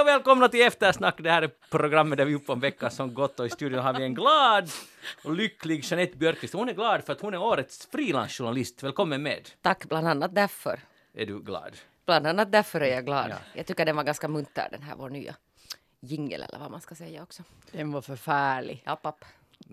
och välkomna till Eftersnack. Det här är programmet där vi är uppe om veckan som gått och i studion har vi en glad och lycklig Jeanette Björkqvist. Hon är glad för att hon är årets frilansjournalist. Välkommen med. Tack, bland annat därför. Är du glad? Bland annat därför är jag glad. Ja. Jag tycker den var ganska munter, den här vår nya jingle eller vad man ska säga också. Den var förfärlig. Ja, papp.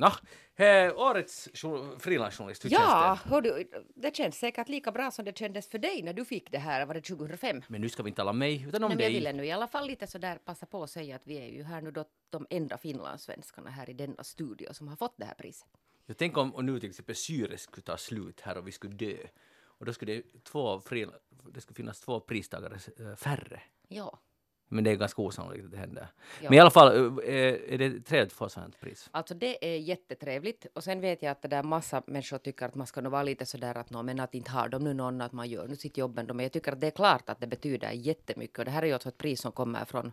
Årets frilansjournalist, hur Ja, känns det? hör du, det känns säkert lika bra som det kändes för dig när du fick det här, var det 2005? Men nu ska vi inte tala om mig utan om Nej, men jag dig. ville nu i alla fall lite så där passa på att säga att vi är ju här nu då de enda finlandssvenskarna här i denna studio som har fått det här priset. Jag tänker om nu till exempel syre skulle ta slut här och vi skulle dö. Och då skulle det skulle finnas 2 pristagare färre. Ja. Men det är ganska osannolikt att det händer. Ja. Men i alla fall, är det trevligt att få sådant pris? Alltså det är jättetrevligt och sen vet jag att det där massa människor tycker att man ska nog vara lite sådär att men att inte har de nu någon att man gör nu sitt jobb ändå. Men jag tycker att det är klart att det betyder jättemycket och det här är ju också ett pris som kommer från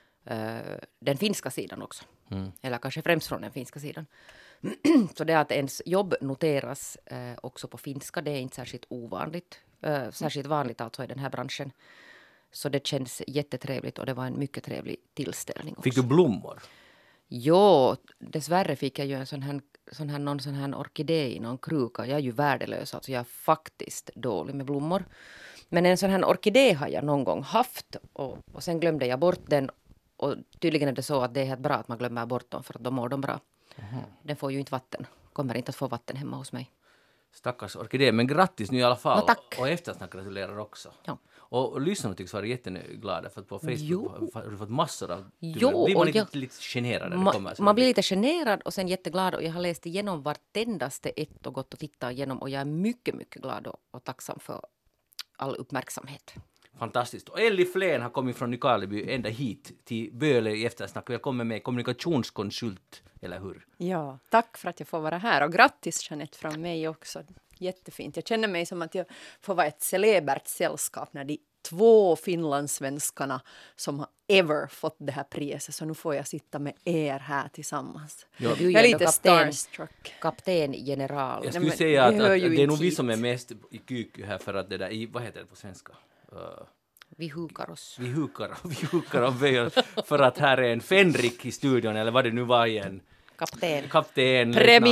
den finska sidan också. Eller kanske främst från den finska sidan. Så det att ens jobb noteras också på finska, det är inte särskilt ovanligt. Särskilt vanligt alltså i den här branschen. Så det känns jättetrevligt och det var en mycket trevlig tillställning också. Fick du blommor? Jo, dessvärre fick jag ju någon sån här orkidé i någon kruka. Jag är ju värdelös, alltså jag är faktiskt dålig med blommor. Men en sån här orkidé har jag någon gång haft och sen glömde jag bort den. Och tydligen är det så att det är helt bra att man glömmer bort dem för att då mår de bra. Den får ju inte vatten, kommer inte att få vatten hemma hos mig. Stackars orkidé, men grattis nu i alla fall. No, tack. Och Eftersnack gratulerar också. Ja. Och lyssnarna tycks vara jätteglada för att på Facebook har du fått massor av... Jo, blir man och lite generad när det kommer så man blir lite generad och sen jätteglad och jag har läst igenom vartendaste ett och gått och tittat igenom och jag är mycket, mycket glad och tacksam för all uppmärksamhet. Fantastiskt. Och Elli Flen har kommit från Nykarleby ända hit till Böle i Eftersnack. Välkommen med kommunikationskonsult, eller hur? Ja, tack för att jag får vara här. Och grattis Jeanette från mig också. Jättefint. Jag känner mig som att jag får vara ett celebert sällskap när de 2 finlandssvenskarna som har ever fått det här priset. Så nu får jag sitta med er här tillsammans. Ja. Du Jag är ändå lite starstruck. kapten general. Jag skulle men säga att det hör det ju är nog inte vi hit. som är mest i kyky här för att det där, vad heter det på svenska? Vi hukar oss. Vi hukar och böjer för att här är en Fenrik i studion, eller vad det nu var igen. Kapten.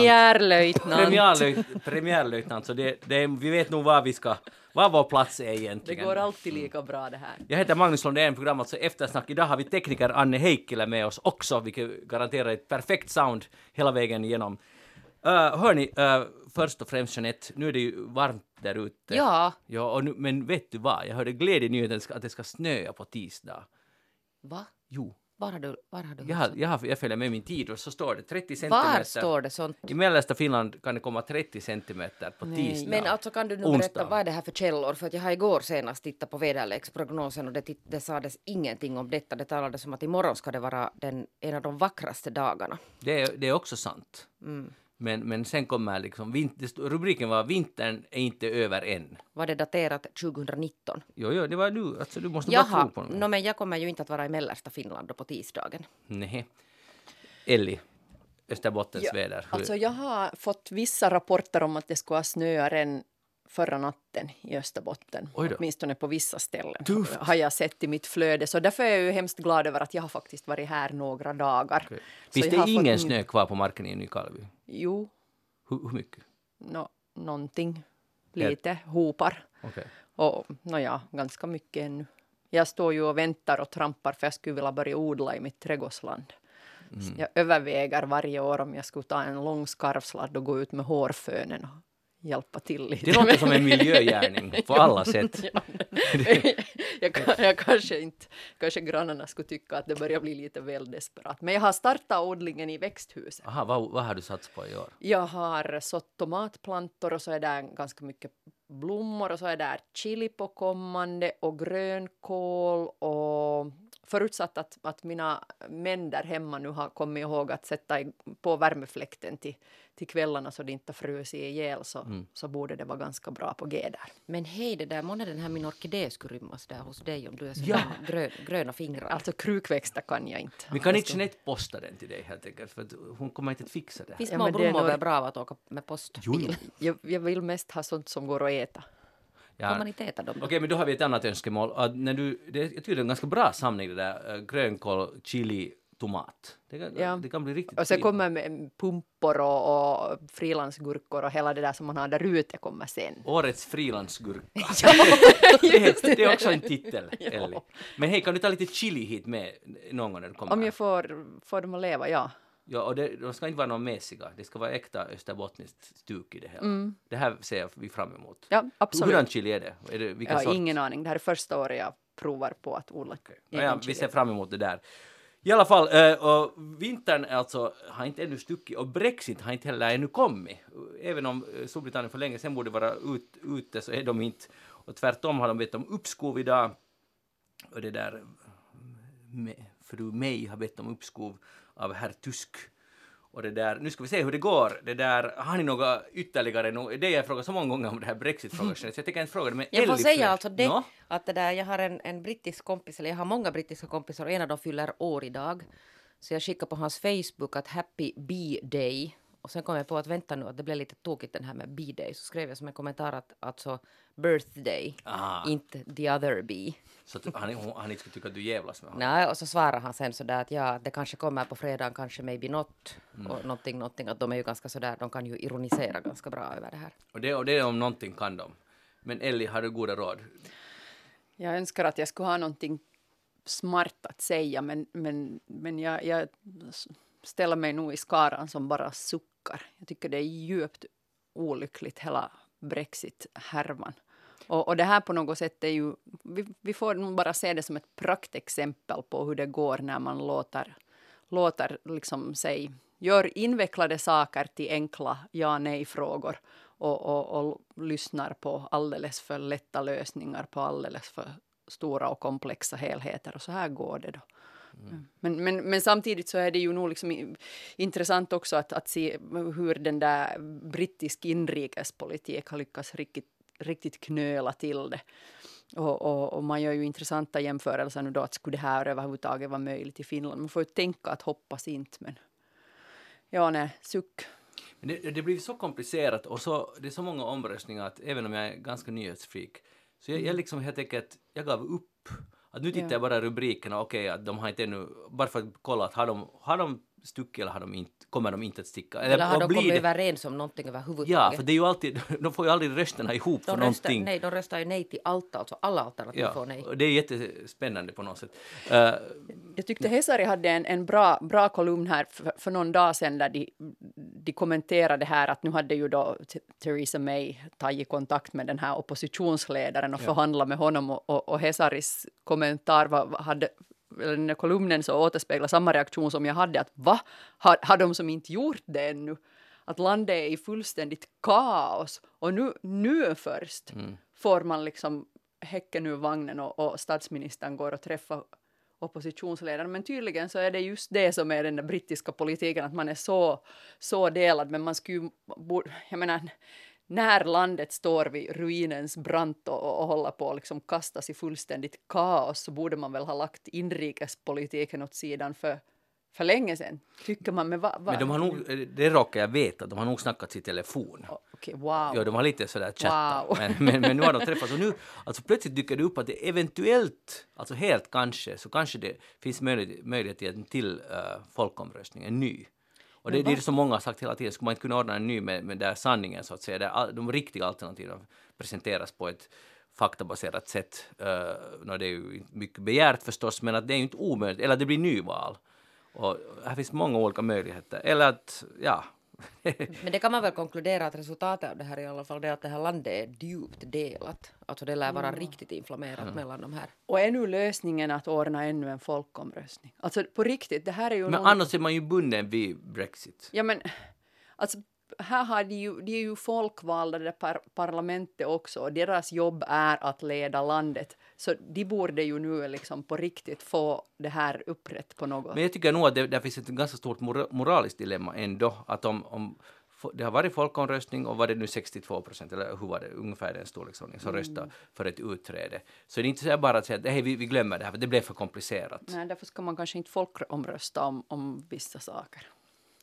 Premiärlöjtnant. Så vi vet nog var vår plats är Det egentligen. går alltid lika bra det här. Jag heter Magnus Lundén, program alltså Eftersnack. Idag har vi tekniker Anne Heikkilä med oss också, vilket garanterar ett perfekt sound hela vägen igenom. Hörni, först och främst Jeanette, nu är det ju varmt där ute. Ja. Ja, men vet du vad? Jag hörde glädjenyheten att det ska snöa på tisdag. Va? Jo. Var har du Jag följer med min tid och så står det 30 centimeter. Var står det sånt? I mellersta Finland kan det komma 30 centimeter på tisdag. Men alltså kan du nu onsdag. berätta vad är det här för källor? För att jag har igår senast tittat på väderleksprognosen och det sades ingenting om detta. Det talades om att imorgon ska det vara en av de vackraste dagarna. Det är också sant. Men sen kommer liksom, rubriken var vintern är inte över än. Var det daterat 2019? Jo, det var nu. Alltså, du måste bara tro på det. Men jag kommer ju inte att vara i mellersta Finland då på tisdagen. Nej. Elli, Österbottens väder. Alltså jag har fått vissa rapporter om att det skulle ha snöat än förra natten i Österbotten. Åtminstone på vissa ställen har jag sett i mitt flöde. Så därför är jag ju hemskt glad över att jag har faktiskt varit här några dagar. Okay. Finns det ingen snö kvar på marken i Nykarleby? Jo. Hur mycket? Någonting. Lite hopar. Okay. Och ganska mycket ännu. Jag står ju och väntar och trampar för jag skulle vilja börja odla i mitt trädgårdsland. Så jag överväger varje år om jag skulle ta en lång skarvsladd och gå ut med hårfönen och hjälpa till lite. Det låter som en miljögärning på alla sätt. Kanske grannarna skulle tycka att det börjar bli lite väl desperat. Men jag har startat odlingen i växthuset. Aha, vad har du satsat på i år? Jag har sått tomatplantor och så är det ganska mycket blommor och så är det chili på kommande och grönkål och förutsatt att mina män där hemma nu har kommit ihåg att sätta på värmefläkten till kvällarna så det inte frös ihjäl så borde det vara ganska bra på G där. Men hej, det där månne den här min orkidé skulle rymmas där hos dig om du är så gröna fingrar. Alltså krukväxter kan jag inte. Vi kan inte Jeanette posta den till dig helt enkelt för att hon kommer inte att fixa det. Finns små blommor väl bra att åka med postbil? Jag vill mest ha sånt som går att äta. Ja. Får man inte äta dem då? Okej, men då har vi ett annat önskemål. Att när jag tycker det är en ganska bra samling det där grönkål, chili, tomat. Det kan bli riktigt Och så fint. kommer med pumpor och frilansgurkor och hela det där som man har där ute kommer sen. Årets frilansgurka. Just det är också en titel, Elli. Men hej, kan du ta lite chili hit med någon gång när du kommer? Om jag får dem att leva, ja. Ja, och de ska inte vara någon mesiga. Det ska vara äkta österbottniskt stuk i det hela. Det här ser vi fram emot. Ja, absolut. Hurdan chili är det? Vilken Jag har sort? ingen aning. Det här är första året jag provar på att odla. Okay. Ja, vi ser fram emot det där. I alla fall, och vintern alltså har inte ännu stuckit och Brexit har inte heller ännu kommit. Även om Storbritannien för länge sedan borde vara ute så är de inte. Och tvärtom har de bett om uppskov idag. Och det där, fru May har bett om uppskov av herr Tusk. Och det där, nu ska vi se hur det går. Det där, har ni några ytterligare? Det jag frågar så många gånger om det här Brexit-frågan. Så jag tänker inte fråga det med Jag får Elli säga först. alltså det, att det där, jag har en brittisk kompis, eller jag har många brittiska kompisar och en av dem fyller år idag. Så jag skickar på hans Facebook att Happy B-Day. Och sen kom jag på att vänta nu, att det blev lite tokigt den här med B-Day. Så skrev jag som en kommentar att alltså birthday, inte the other B. Så att han inte ska tycka att du jävlas med honom. Nej, och så svarar han sen sådär att ja, det kanske kommer på fredagen, kanske maybe not. Och någonting, att de är ju ganska sådär, de kan ju ironisera ganska bra över det här. Och det om någonting kan de. Men Elli, har du goda råd? Jag önskar att jag skulle ha någonting smart att säga, men jag ställer mig nog i skaran som bara suckar. Jag tycker det är djupt olyckligt, hela Brexit-härvan. Och det här på något sätt är ju, vi får nog bara se det som ett praktexempel på hur det går när man låter liksom sig, gör invecklade saker till enkla ja-nej-frågor och lyssnar på alldeles för lätta lösningar på alldeles för stora och komplexa helheter, och så här går det då. Men samtidigt så är det ju nog liksom intressant också att se hur den där brittisk inrikespolitik har lyckats riktigt knöla till det. Och man gör ju intressanta jämförelser nu då, att skulle det här överhuvudtaget vara möjligt i Finland. Man får ju tänka att hoppas inte, men ja, nej, suck. Men det blir så komplicerat och det är så många omröstningar att även om jag är ganska nyhetsfreak så jag liksom helt enkelt, jag gav upp. Att nu tittar jag bara rubrikerna, okej, att de har inte ännu, bara för att kolla att har de stuckit eller kommer de inte att sticka? Eller har de kommit överens om någonting överhuvudtaget? Ja, för det är ju alltid, de får ju aldrig rösterna ihop för någonting. Nej, de röstar ju nej till allt, alltså alla alternativ får nej. Och det är jättespännande på något sätt. Jag tyckte Hesari hade en bra kolumn här för någon dag sedan där de kommenterade här att nu hade ju då Theresa May tagit kontakt med den här oppositionsledaren och förhandlat med honom, och Hesaris kommentar hade den kolumnen så återspeglar samma reaktion som jag hade, att har de som inte gjort det ännu? Att landet är i fullständigt kaos och nu först får man liksom häcken ur vagnen och statsministern går och träffar oppositionsledaren. Men tydligen så är det just det som är den brittiska politiken, att man är så delad, men man skulle, jag menar, när landet står vid ruinens brant och håller på att liksom kastas i fullständigt kaos, så borde man väl ha lagt inrikespolitiken åt sidan för länge sedan, tycker man. Men de har nog, det råkar jag veta, att de har nog snackat i telefon. Okej, wow. Ja, de har lite sådär chattat. Wow. Men nu har de träffats och nu, alltså plötsligt dyker det upp att det eventuellt, alltså helt kanske det finns möjlighet till en till folkomröstning, en ny. Och det är det som många har sagt hela tiden, skulle man inte kunna ordna en ny med där sanningen så att säga, där de riktiga alternativen presenteras på ett faktabaserat sätt. Det är ju mycket begärt förstås, men att det är ju inte omöjligt, eller det blir nyval. Och här finns många olika möjligheter. Eller att, ja. Men det kan man väl konkludera att resultatet av det här i alla fall är att det här landet är djupt delat. Alltså det lär vara riktigt inflammerat mellan de här. Och är nu lösningen att ordna ännu en folkomröstning? Alltså på riktigt, det här är ju... Men annars är man ju bunden vid Brexit. Ja, men alltså här har de är ju folkvalda, det parlamentet också, och deras jobb är att leda landet. Så de borde ju nu liksom på riktigt få det här upprätt på något. Men jag tycker nog att det finns ett ganska stort moraliskt dilemma ändå, att om det har varit folkomröstning och var det nu 62%, eller hur var det, ungefär den storleksordning som röstar för ett utträde. Så det är inte så bara att säga att vi glömmer det här, för det blev för komplicerat. Nej, därför ska man kanske inte folkomrösta om vissa saker.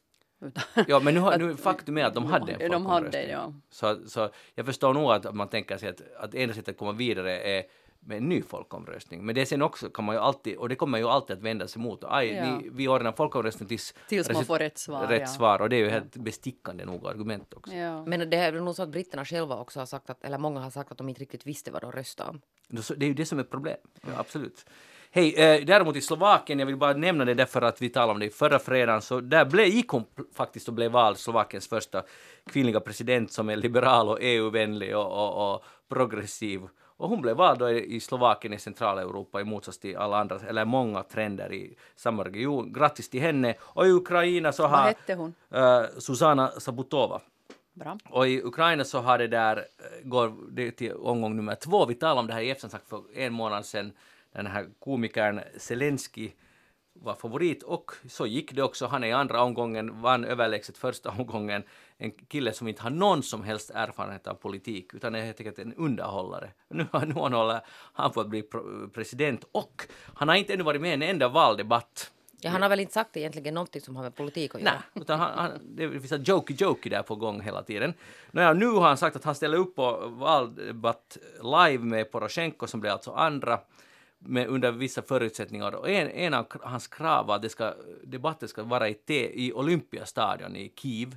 Ja, men nu faktum är att de hade en folkomröstning. Ja. Så jag förstår nog att man tänker sig att enda sättet att komma vidare är med en ny folkomröstning. Men det sen också kan man ju alltid, och det kommer ju alltid att vända sig mot. Vi ordnar folkomröstning tills man får rätt svar. Och det är ju helt bestickande nog argument också. Ja. Men det är nog så att britterna själva också har sagt att, eller många har sagt att de inte riktigt visste vad de röstade om. Det är ju det som är problem. Ja, absolut. Hej, däremot i Slovakien, jag vill bara nämna det därför att vi talade om det förra fredagen, så där gick hon faktiskt och blev vald Slovakiens första kvinnliga president som är liberal och EU-vänlig och progressiv. Och hon blev vald då i Slovakien i Centraleuropa i motsats till alla andra, eller många trender i samma region. Grattis till henne. Och i Ukraina så har... Vad hette hon? Susanna Sabutova. Bra. Och i Ukraina så har det där, går det till omgång nummer 2. Vi talade om det här i eftersnack för en månad sedan. Den här komikern Zelensky var favorit och så gick det också. Han är i andra omgången, vann överlägset första omgången. En kille som inte har någon som helst erfarenhet av politik utan är helt enkelt en underhållare. Nu håller han på att bli president och han har inte ännu varit med i en enda valdebatt. Ja, han har väl inte sagt egentligen någonting som har med politik att göra. Nej, utan det finns en jokey där på gång hela tiden. Nu har han sagt att han ställer upp på valdebatt live med Poroshenko som blir alltså andra under vissa förutsättningar. Och en av hans krav var att debatten ska vara i Olympiastadion i Kiev.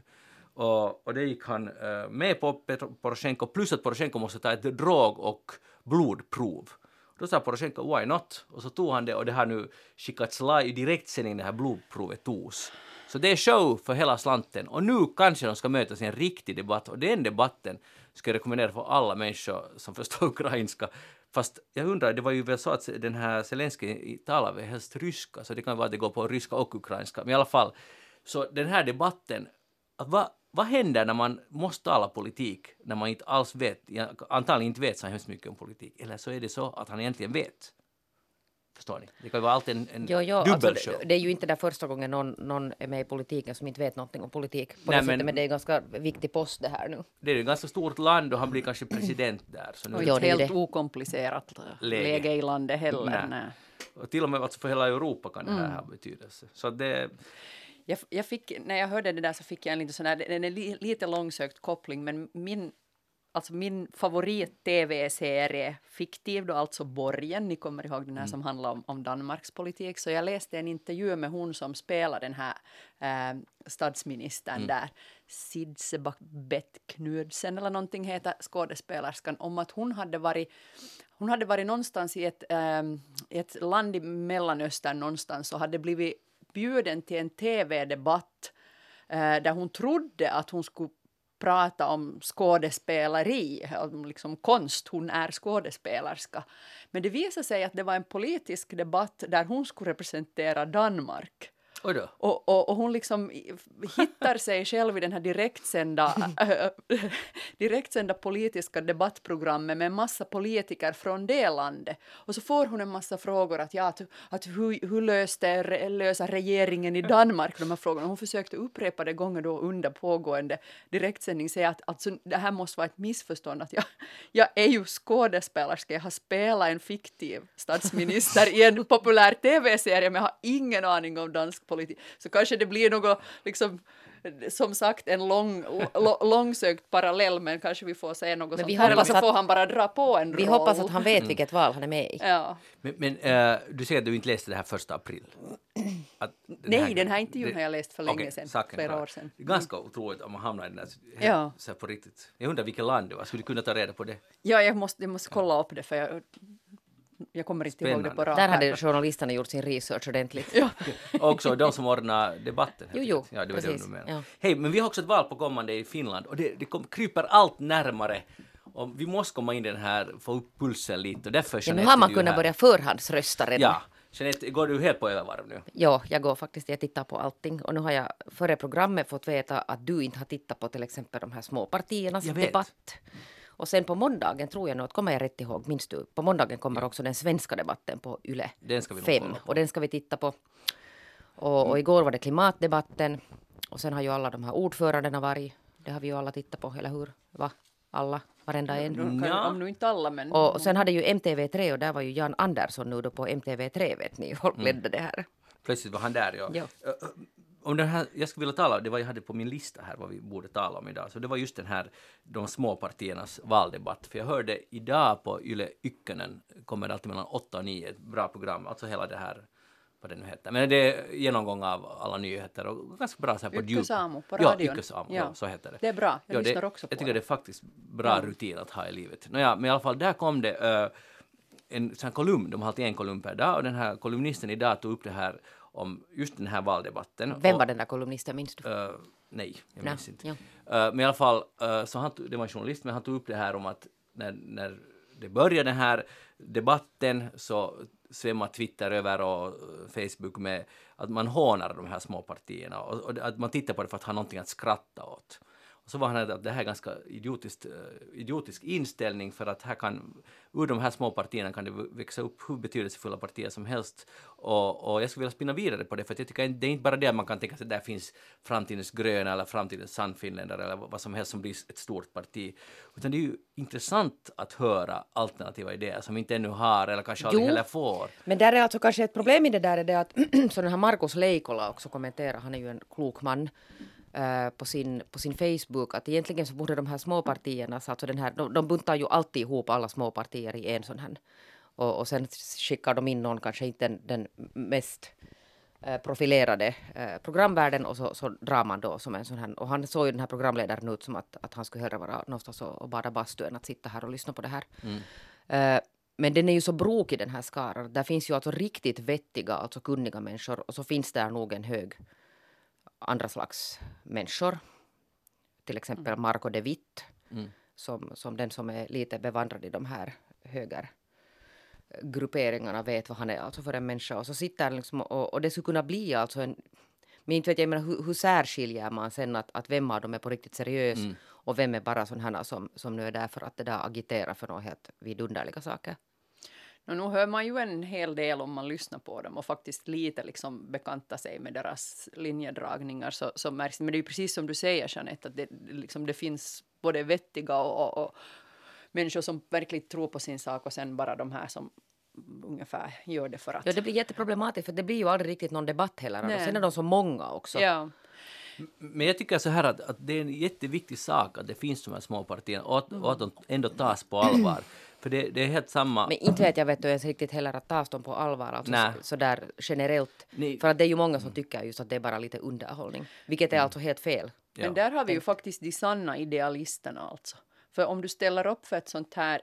Och det gick han med på Poroshenko, plus att Poroshenko måste ta ett drog- och blodprov. Då sa Poroshenko, why not? Och så tog han det och det har nu skickats live i direktsändning det här blodprovet togs. Så det är show för hela slanten. Och nu kanske de ska mötas i en riktig debatt. Och den debatten ska jag rekommendera för alla människor som förstår ukrainska. Fast jag undrar, det var ju väl så att den här Zelensky talar väl helst ryska. Så det kan vara att det går på ryska och ukrainska. Men i alla fall, så den här debatten, vad händer när man måste tala politik när man inte alls vet, antagligen inte vet så hemskt mycket om politik. Eller så är det så att han egentligen vet. Förstår ni? Det kan ju vara alltid en dubbelshow. Alltså, det är ju inte där första gången någon är med i politiken som inte vet någonting om politik. Men det är en ganska viktig post det här nu. Det är ett ganska stort land och han blir kanske president där. Så nu och inte helt okomplicerat läge i landet heller. Nej. Och till och med alltså för hela Europa kan det här ha betydelse. Så det... Jag fick, när jag hörde det där så fick jag en lite sån här, en lite långsökt koppling, men min favorit-tv-serie, fiktiv då alltså Borgen, ni kommer ihåg den här som handlar om Danmarks politik, så jag läste en intervju med hon som spelar den här statsministern där, Sidsebakbet Knudsen eller någonting heter skådespelerskan, om att hon hade varit någonstans i ett land i Mellanöstern någonstans och hade blivit bjuden till en tv-debatt där hon trodde att hon skulle prata om skådespeleri, om liksom konst, hon är skådespelerska. Men det visade sig att det var en politisk debatt där hon skulle representera Danmark. Och hon liksom hittar sig själv i den här direktsända politiska debattprogrammet med en massa politiker från det landet. Och så får hon en massa frågor att hur löser regeringen i Danmark de här frågorna. Hon försökte upprepa det gånger då under pågående direktsändning säga att alltså, det här måste vara ett missförstånd att jag är ju skådespelerska, jag har spelat en fiktiv statsminister i en populär tv-serie men jag har ingen aning om dansk politik. Så kanske det blir något, liksom, som sagt, en långsökt parallell, men kanske vi får se något sånt här, eller så får han bara dra på en roll. Vi hoppas att han vet vilket val han är med i. Ja. Men du säger att du inte läste det här 1 april. Den här intervjun har jag läst för länge sedan, flera år sedan. Det är ganska otroligt om man hamnar i den här så på riktigt. Jag undrar vilket land det var, skulle du kunna ta reda på det? Ja, jag måste kolla upp det för jag kommer inte ihåg det på rak. Där hade journalisterna gjort sin research ordentligt. Ja. Också de som ordnar debatten. Jo, ja, det var precis. det du menar. Ja. Hej, men vi har också ett val på kommande i Finland och det kryper allt närmare. Och vi måste komma in i den här, få upp pulsen lite. Och därför, nu har man kunnat börja förhandsrösta redan. Ja, Jeanette, går du helt på övervarv nu? Ja, jag går faktiskt. Jag tittar på allting. Och nu har jag före programmet fått veta att du inte har tittat på till exempel de här småpartiernas debatt. Och sen på måndagen tror jag nog, att kommer jag rätt ihåg, minns du? På måndagen kommer också den svenska debatten på Yle 5. Och den ska vi titta på. Och igår var det klimatdebatten. Och sen har ju alla de här ordförandena varit. Det har vi ju alla tittat på, eller hur? Va? Alla, varenda en. Ja. Om nu inte alla, men... Och sen hade ju MTV3 och där var ju Jan Andersson nu då på MTV3, vet ni, och ledde det här. Plötsligt var han där, ja. om den här, jag skulle vilja tala, det var jag hade på min lista här vad vi borde tala om idag, så det var just den här, de små partiernas valdebatt, för jag hörde idag på Yle Ykkönen, kommer det alltid mellan 8 och 9, ett bra program, alltså hela det här, vad det nu heter, men det är genomgång av alla nyheter och ganska bra så här på Ykkösaamu på radion. Ja, Ykkösaamu, ja, så heter det. Det är bra, jag lyssnar också på jag tycker det är faktiskt bra rutin att ha i livet. Men i alla fall, där kom det en sån kolumn, de har alltid en kolumn per dag, och den här kolumnisten idag tog upp det här om just den här valdebatten. Vem var den där kolumnisten, minns du? Nej, jag minns inte. Ja. Men i alla fall, så det var en journalist, men han tog upp det här om att när det började den här debatten så svämmar Twitter över och Facebook med att man hånar de här små partierna och att man tittar på det för att ha någonting att skratta åt. Och så var han att det här är ganska idiotisk inställning, för att här kan, ur de här små partierna kan det växa upp hur betydelsefulla partier som helst. Och jag skulle vilja spinna vidare på det, för att jag tycker det är inte bara det att man kan tänka sig att där finns framtidens gröna eller framtidens sannfinländare eller vad som helst som blir ett stort parti. Utan det är ju intressant att höra alternativa idéer som vi inte ännu har eller kanske aldrig heller får. Men där är alltså kanske ett problem i det där är det att så den här Markus Leikola också kommenterar, han är ju en klok man, på sin Facebook, att egentligen så borde de här småpartierna, alltså de buntar ju alltid ihop alla småpartier i en sån här, och sen skickar de in någon, kanske inte den mest profilerade programvärden, och så drar man då som en sån här, och han såg ju den här programledaren ut som att han skulle hellre vara någonstans och bada bastu än att sitta här och lyssna på det här. Men den är ju så brokig, den här skaran. Där finns ju alltså riktigt vettiga, alltså kunniga människor, och så finns där nog en hög andra slags människor. Till exempel Marco de Witt, som den som är lite bevandrad i de här högergrupperingarna vet vad han är alltså för en människa. Och så sitter liksom, och det skulle kunna bli alltså en, men inte vet jag, hur särskiljer man sen att vem av dem är på riktigt seriös och vem är bara sån här som nu är där för att det där agiterar för något helt vidunderliga saker. Nu hör man ju en hel del om man lyssnar på dem och faktiskt lite liksom bekanta sig med deras linjedragningar, så märks det. Men det är ju precis som du säger, Jeanette, att det finns både vettiga och människor som verkligen tror på sin sak, och sen bara de här som ungefär gör det för att... Ja, det blir jätteproblematiskt, för det blir ju aldrig riktigt någon debatt heller. Och sen är de så många också. Ja. Men jag tycker så här att det är en jätteviktig sak att det finns de här små partierna och att de ändå tas på allvar. För det är helt samma... Men inte vet jag ens riktigt heller att tas dem på allvar, alltså så där generellt. Nej. För att det är ju många som tycker just att det är bara lite underhållning. Vilket är alltså helt fel. Men där har vi ju faktiskt de sanna idealisterna alltså. För om du ställer upp för ett sånt här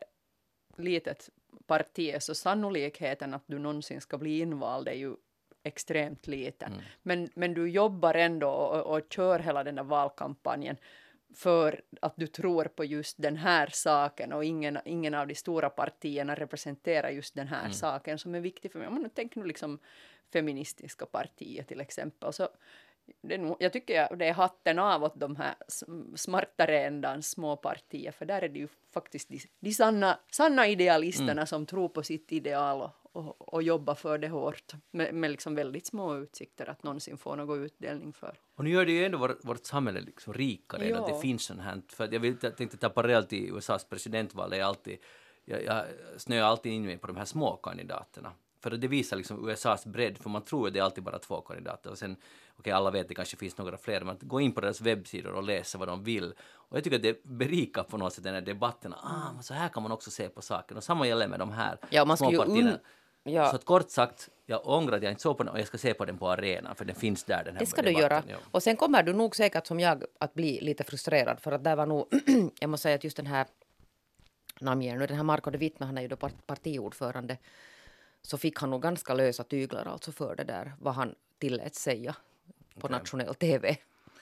litet parti, så sannolikheten att du någonsin ska bli invald är ju extremt liten. Men du jobbar ändå och kör hela den där valkampanjen för att du tror på just den här saken, och ingen av de stora partierna representerar just den här saken som är viktig för mig. Om man tänker nu liksom feministiska partier till exempel, så jag tycker det är hatten av åt de här smartare än små partier, för där är det ju faktiskt de sanna idealisterna som tror på sitt ideal och jobbar för det hårt med liksom väldigt små utsikter att någonsin få någon utdelning för. Och nu gör det ju ändå vårt samhälle liksom rikare, att det finns sånt här. För jag tänkte ta parallellt i USAs presidentval, det är alltid, jag snöar alltid in mig på de här små kandidaterna. För det visar liksom USAs bredd, för man tror att det är alltid bara 2 kandidater. Och sen, alla vet det kanske finns några fler, men att gå in på deras webbsidor och läsa vad de vill. Och jag tycker att det berikar på något sätt den här debatten. Men så här kan man också se på saken. Och samma gäller med de här man små partierna. Ja. Så att kort sagt, jag ångrar att jag inte såg på den, och jag ska se på den på arenan, för den finns där, den här det ska debatten. du göra. Ja. Och sen kommer du nog säkert som jag att bli lite frustrerad, för att där var nog, jag måste säga att just den här namngen, den här Marco de Witt, han är ju då partiordförande, så fick han nog ganska lösa tyglar alltså för det där, vad han tillät säga på nationell tv.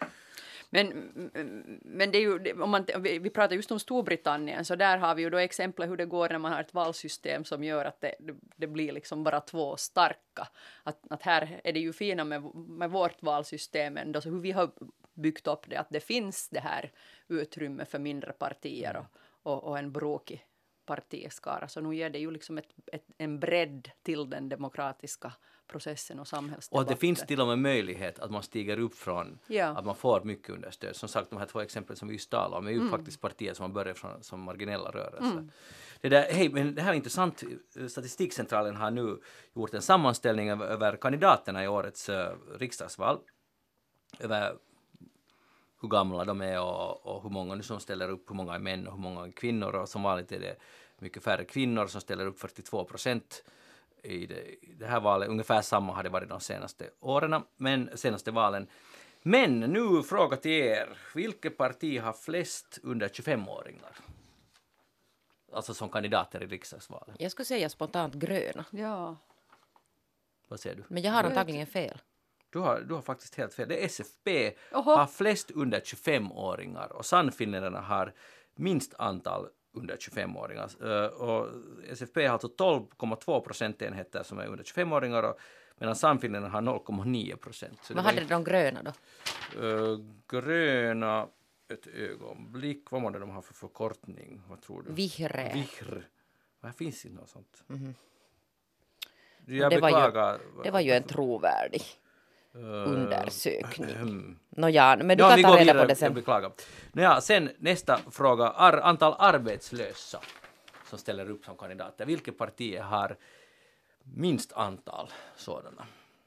Men det är ju, om vi pratar just om Storbritannien, så där har vi ju då exempel hur det går när man har ett valsystem som gör att det blir liksom bara 2 starka. Att här är det ju fina med vårt valsystem ändå, så hur vi har byggt upp det, att det finns det här utrymme för mindre partier och en bråkig partiskara. Så nu ger det ju liksom en bredd till den demokratiska processen och samhällsdebatten. Och att det finns till och med möjlighet att man stiger upp från att man får mycket understöd. Som sagt, de här 2 exempel som vi just talade om är ju faktiskt partier som man börjar från som marginella rörelser. Men det här är intressant. Statistikcentralen har nu gjort en sammanställning över kandidaterna i årets riksdagsval. över hur gamla de är och hur många nu som ställer upp, hur många är män och hur många är kvinnor. Och som vanligt är det mycket färre kvinnor som ställer upp, 42% i det här valet. Ungefär samma har det varit de senaste åren, senaste valen. Men nu fråga till er, vilket parti har flest under 25-åringar? Alltså som kandidater i riksdagsvalen. Jag skulle säga spontant gröna. Ja. Vad säger du? Men jag har antagligen fel. Du har faktiskt helt fel. Det är SFP Oho. har flest under 25-åringar och Sannfinländarna har minst antal under 25-åringar. Och SFP har alltså 12,2 procentenheter som är under 25-åringar medan Sannfinländarna har 0,9%. Vad hade de gröna då? Gröna, ett ögonblick. Vad var det de har för förkortning? Vad tror du? Vihr. Vad finns inte något sånt? Mm-hmm. Jag beklagar. Det var ju en trovärdig undersökning. Men du Ja, kan vi ta går reda vidare. på det sen. Jag beklagar. Sen nästa fråga. Antal arbetslösa som ställer upp som kandidater. Vilket parti har minst antal sådana?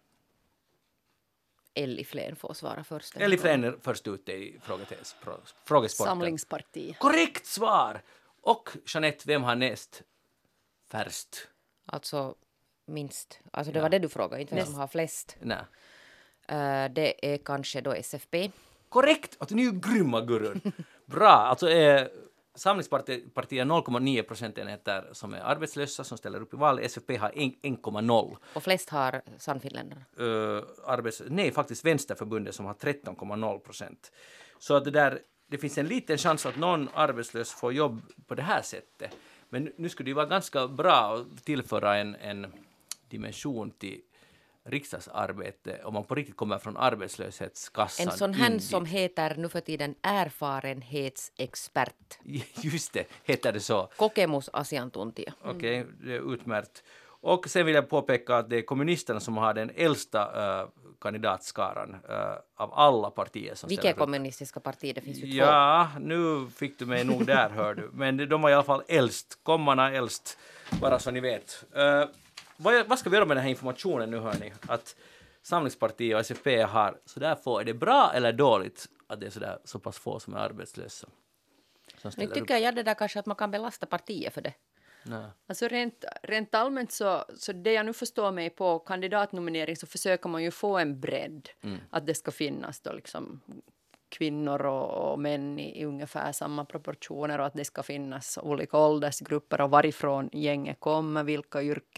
Elli Flen får svara först. Elli Flen är först ute i frågesporten. Samlingsparti. Korrekt svar! Och Jeanette, vem har näst färst? Alltså minst. Alltså det var det du frågade, inte vem som har flest. Nej. Det är kanske då SFP. Korrekt! Att ni är ju grymma gurun. Bra! Alltså Samlingspartiet har 0,9 procentenheter som är arbetslösa som ställer upp i val. SFP har 1,0. Och flest har Sannfinländarna. Nej, faktiskt Vänsterförbundet som har 13,0%. Så att det finns en liten chans att någon arbetslös får jobb på det här sättet. Men nu skulle det vara ganska bra att tillföra en dimension till riksdagsarbete om man på riktigt kommer från arbetslöshetskassan. En sån här som heter nu för tiden erfarenhetsexpert. Just det, heter det så. Kokemusasiantuntija. Okej, det är utmärkt. Och sen vill jag påpeka att det är kommunisterna som har den äldsta kandidatskaran av alla partier som Vilka kommunistiska partier? Det finns ju två. Ja, nu fick du mig nog där, hör du. Men de var i alla fall äldst. Kommarna äldst, bara så ni vet. Vad ska vi göra med den här informationen nu, hör ni? Att Samlingspartiet och SFP har sådär få. Är det bra eller dåligt att det är så pass få som är arbetslösa? Nu tycker jag det där kanske att man kan belasta partiet för det. Nej. Alltså rent allmänt så det jag nu förstår mig på kandidatnominering så försöker man ju få en bredd. Att det ska finnas då liksom kvinnor och män i ungefär samma proportioner och att det ska finnas olika åldersgrupper och varifrån gänget kommer, vilka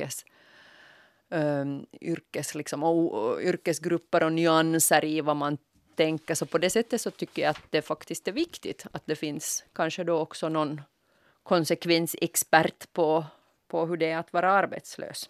yrkesgrupper och nyanser i vad man tänker. Så på det sättet så tycker jag att det faktiskt är viktigt att det finns kanske då också någon konsekvensexpert på hur det är att vara arbetslös.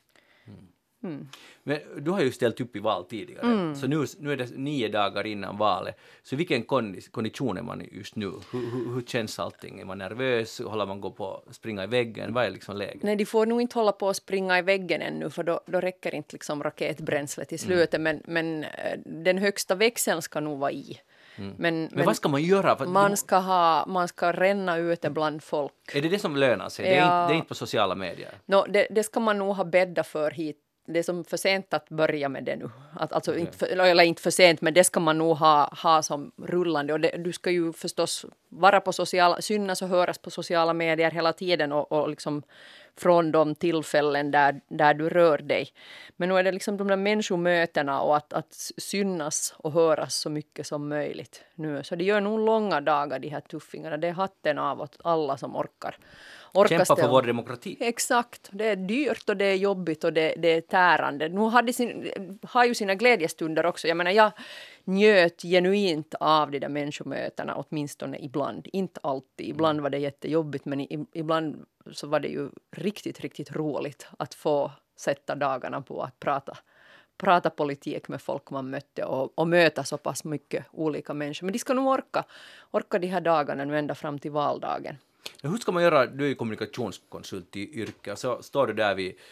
Men du har ju ställt upp i val tidigare, så nu är det 9 dagar innan valet. Så vilken kondition är man just nu? Hur känns allting? Är man nervös? Håller man gå på springa i väggen? Vad är liksom läget? Nej, de får nog inte hålla på att springa i väggen ännu för då räcker inte liksom raketbränsle till slutet. Men den högsta växeln ska nog vara i. Men vad ska man göra? För man ska ränna ute bland folk. Är det som lönar sig? Det är inte på sociala medier? Det ska man nog ha bädda för hit. Det är som för sent att börja med det nu. Alltså inte för sent, men det ska man nog ha som rullande. Och du ska ju förstås vara på synas och höras på sociala medier hela tiden och liksom från de tillfällen där du rör dig. Men nu är det liksom de där människomötena och att synas och höras så mycket som möjligt nu. Så det gör nog långa dagar, de här tuffingarna. Det är hatten av åt alla som orkar kämpa för vår demokrati. Exakt. Det är dyrt och det är jobbigt och det är tärande. Nu har ju sina glädjestunder också. Jag menar, jag njöt genuint av de där människomötena, åtminstone ibland. Inte alltid. Ibland var det jättejobbigt, men ibland så var det ju riktigt, riktigt roligt att få sätta dagarna på att prata politik med folk man mötte och möta så pass mycket olika människor. Men de ska nog orka de här dagarna nu ända fram till valdagen. Hur ska man göra? Du är kommunikationskonsult i yrke, så står du där vid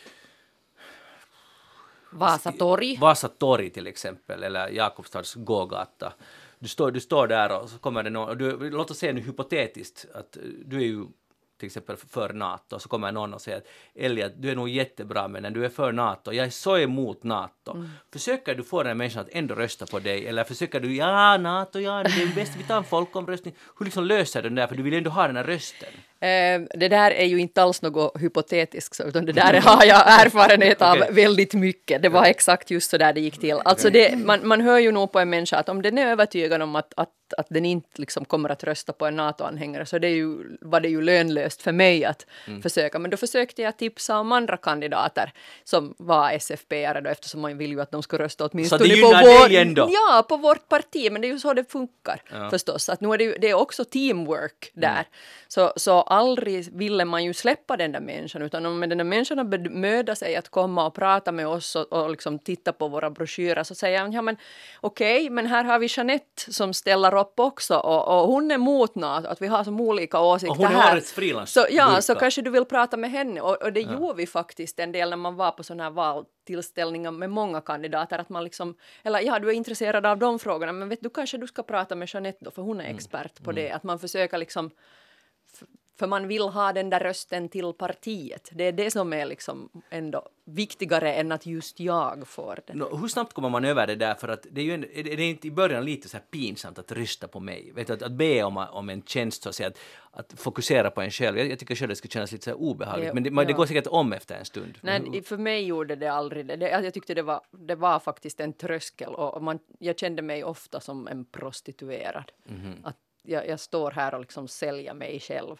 Vasa torg till exempel, eller Jakobstads gågata. Du står där och så kommer det någon, låt oss säga nu hypotetiskt att du är ju till exempel för NATO, så kommer någon och säger att Elliot, du är nog jättebra, men när du är för NATO, jag är så emot NATO. Försöker du få den människan att ändå rösta på dig, eller försöker du, NATO, det är bäst, vi tar en folkomröstning. Hur liksom löser du den där, för du vill ändå ha den här rösten? Det där är ju inte alls något hypotetiskt, utan det där har jag erfarenhet av väldigt mycket. Det var exakt just så där det gick till. Alltså man hör ju nog på en människa att om den är övertygad om att den inte liksom kommer att rösta på en NATO-anhängare, så var det ju lönlöst för mig att försöka. Men då försökte jag tipsa om andra kandidater som var SFP-are då, eftersom man vill ju att de ska rösta åtminstone på vårt parti. Men det är ju så det funkar förstås. Att nu är det är också teamwork där. Så aldrig ville man ju släppa den där människan, utan om den där människan bemödar sig att komma och prata med oss och liksom titta på våra broschyrer, så säger han, ja men okej, men här har vi Jeanette som ställer upp också, och hon är mot NATO, att vi har så olika åsikter här. Och hon är årets frilans. Så kanske du vill prata med henne, och det gjorde vi faktiskt en del när man var på sådana här valtillställningar med många kandidater, att man liksom, eller du är intresserad av de frågorna, men vet du, kanske du ska prata med Jeanette då, för hon är expert på det, att man försöker liksom, för man vill ha den där rösten till partiet. Det är det som är liksom ändå viktigare än att just jag får den. Hur snabbt kommer man över det där? För att det är ju det är inte i början lite så här pinsamt att rösta på mig. Vet du, att be om en tjänst, så att säga, att fokusera på en själv. Jag tycker själv det skulle kännas lite så här obehagligt. Men det går säkert om efter en stund. Nej, för mig gjorde det aldrig det. Jag tyckte det var faktiskt en tröskel. Och jag kände mig ofta som en prostituerad. Att jag står här och liksom säljer mig själv.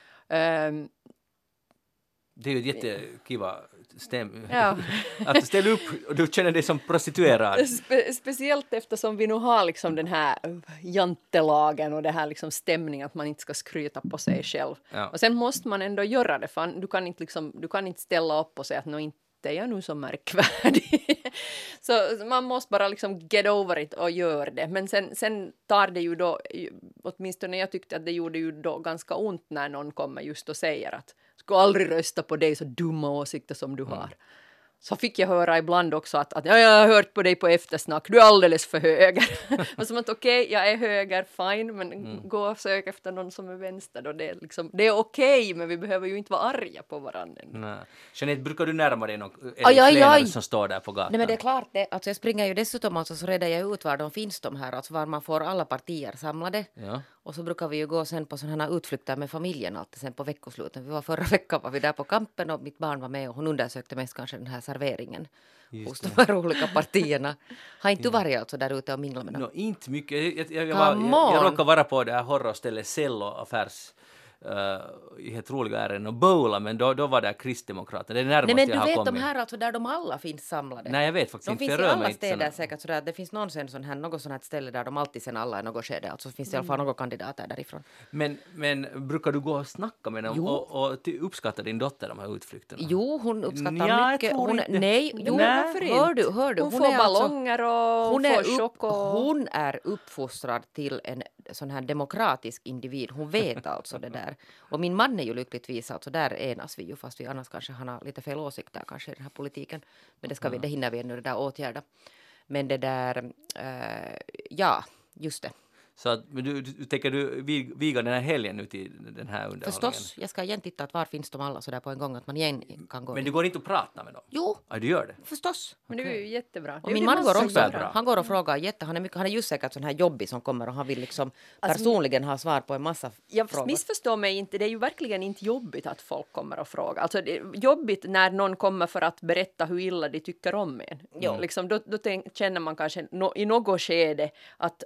Det är ju ett jättekiva att ställa upp och du känner dig som prostituerad. Speciellt eftersom vi nu har liksom den här jantelagen och det här liksom stämningen att man inte ska skryta på sig själv. Ja. Och sen måste man ändå göra det, för du kan inte ställa upp och säga att inte är jag nu så märkvärdig. Så man måste bara liksom get over it och göra det. Men sen tar det ju då, åtminstone jag tyckte att det gjorde ju då ganska ont när någon kommer just och säger att ska aldrig rösta på dig, så dumma åsikter som du har. Så fick jag höra ibland också att jag har hört på dig på eftersnack, du är alldeles för höger. Och som att okej, jag är höger, fine, men gå och sök efter någon som är vänster då. Det är okej, men vi behöver ju inte vara arga på varandra. Nej. Jeanette, brukar du närma dig någon som står där på gatan? Nej, men det är klart det. Alltså jag springer ju dessutom, alltså, så redar jag ut var de finns de här, alltså var man får alla partier samlade. Ja. Och så brukar vi ju gå sen på sådana här utflykter med familjen alltid sen på veckosluten. Vi var förra veckan var vi där på kampen och mitt barn var med och hon undersökte mest kanske den här serveringen hos de här olika partierna. Har inte du varit alltså där ute och minglat med dem? Inte mycket. Jag råkade vara på det här horrorstället Cello-affärs i helt roliga ärenden och bowla, men då var det Kristdemokraterna. Det är närmast. Nej, men du vet de här alltså där de alla finns samlade. Nej, jag vet faktiskt inte. De finns i alla städer säkert sådär. Det finns något sånt här ställe där de alltid sen alla i något skede. Alltså finns det i alla fall några kandidater därifrån. Men brukar du gå och snacka med dem och uppskatta din dotter de här utflykterna? Jo, hon uppskattar mycket. Hör du. Hon får ballonger och hon får chock. Hon är uppfostrad till en sån här demokratisk individ. Hon vet alltså det där. Och min man är ju lyckligtvis, alltså där enas vi ju, fast vi annars kanske har lite fel åsikter kanske i den här politiken. Men det hinner vi ännu det där åtgärda. Men det där, just det. Så att, tänker du viga den här helgen ut i den här underhållningen? Förstås, jag ska igen titta att var finns de alla så där på en gång att man igen kan gå. Men du går inte och prata med dem? Jo. Ja, du gör det? Förstås. Men det är ju jättebra. Och min man går också bra. Han går och frågar han är just säkert sån här jobbig som kommer och han vill liksom personligen ha svar på en massa frågor. Jag missförstår mig inte, det är ju verkligen inte jobbigt att folk kommer och frågar. Alltså det är jobbigt när någon kommer för att berätta hur illa de tycker om en. Ja. Liksom, då känner man kanske i något skede att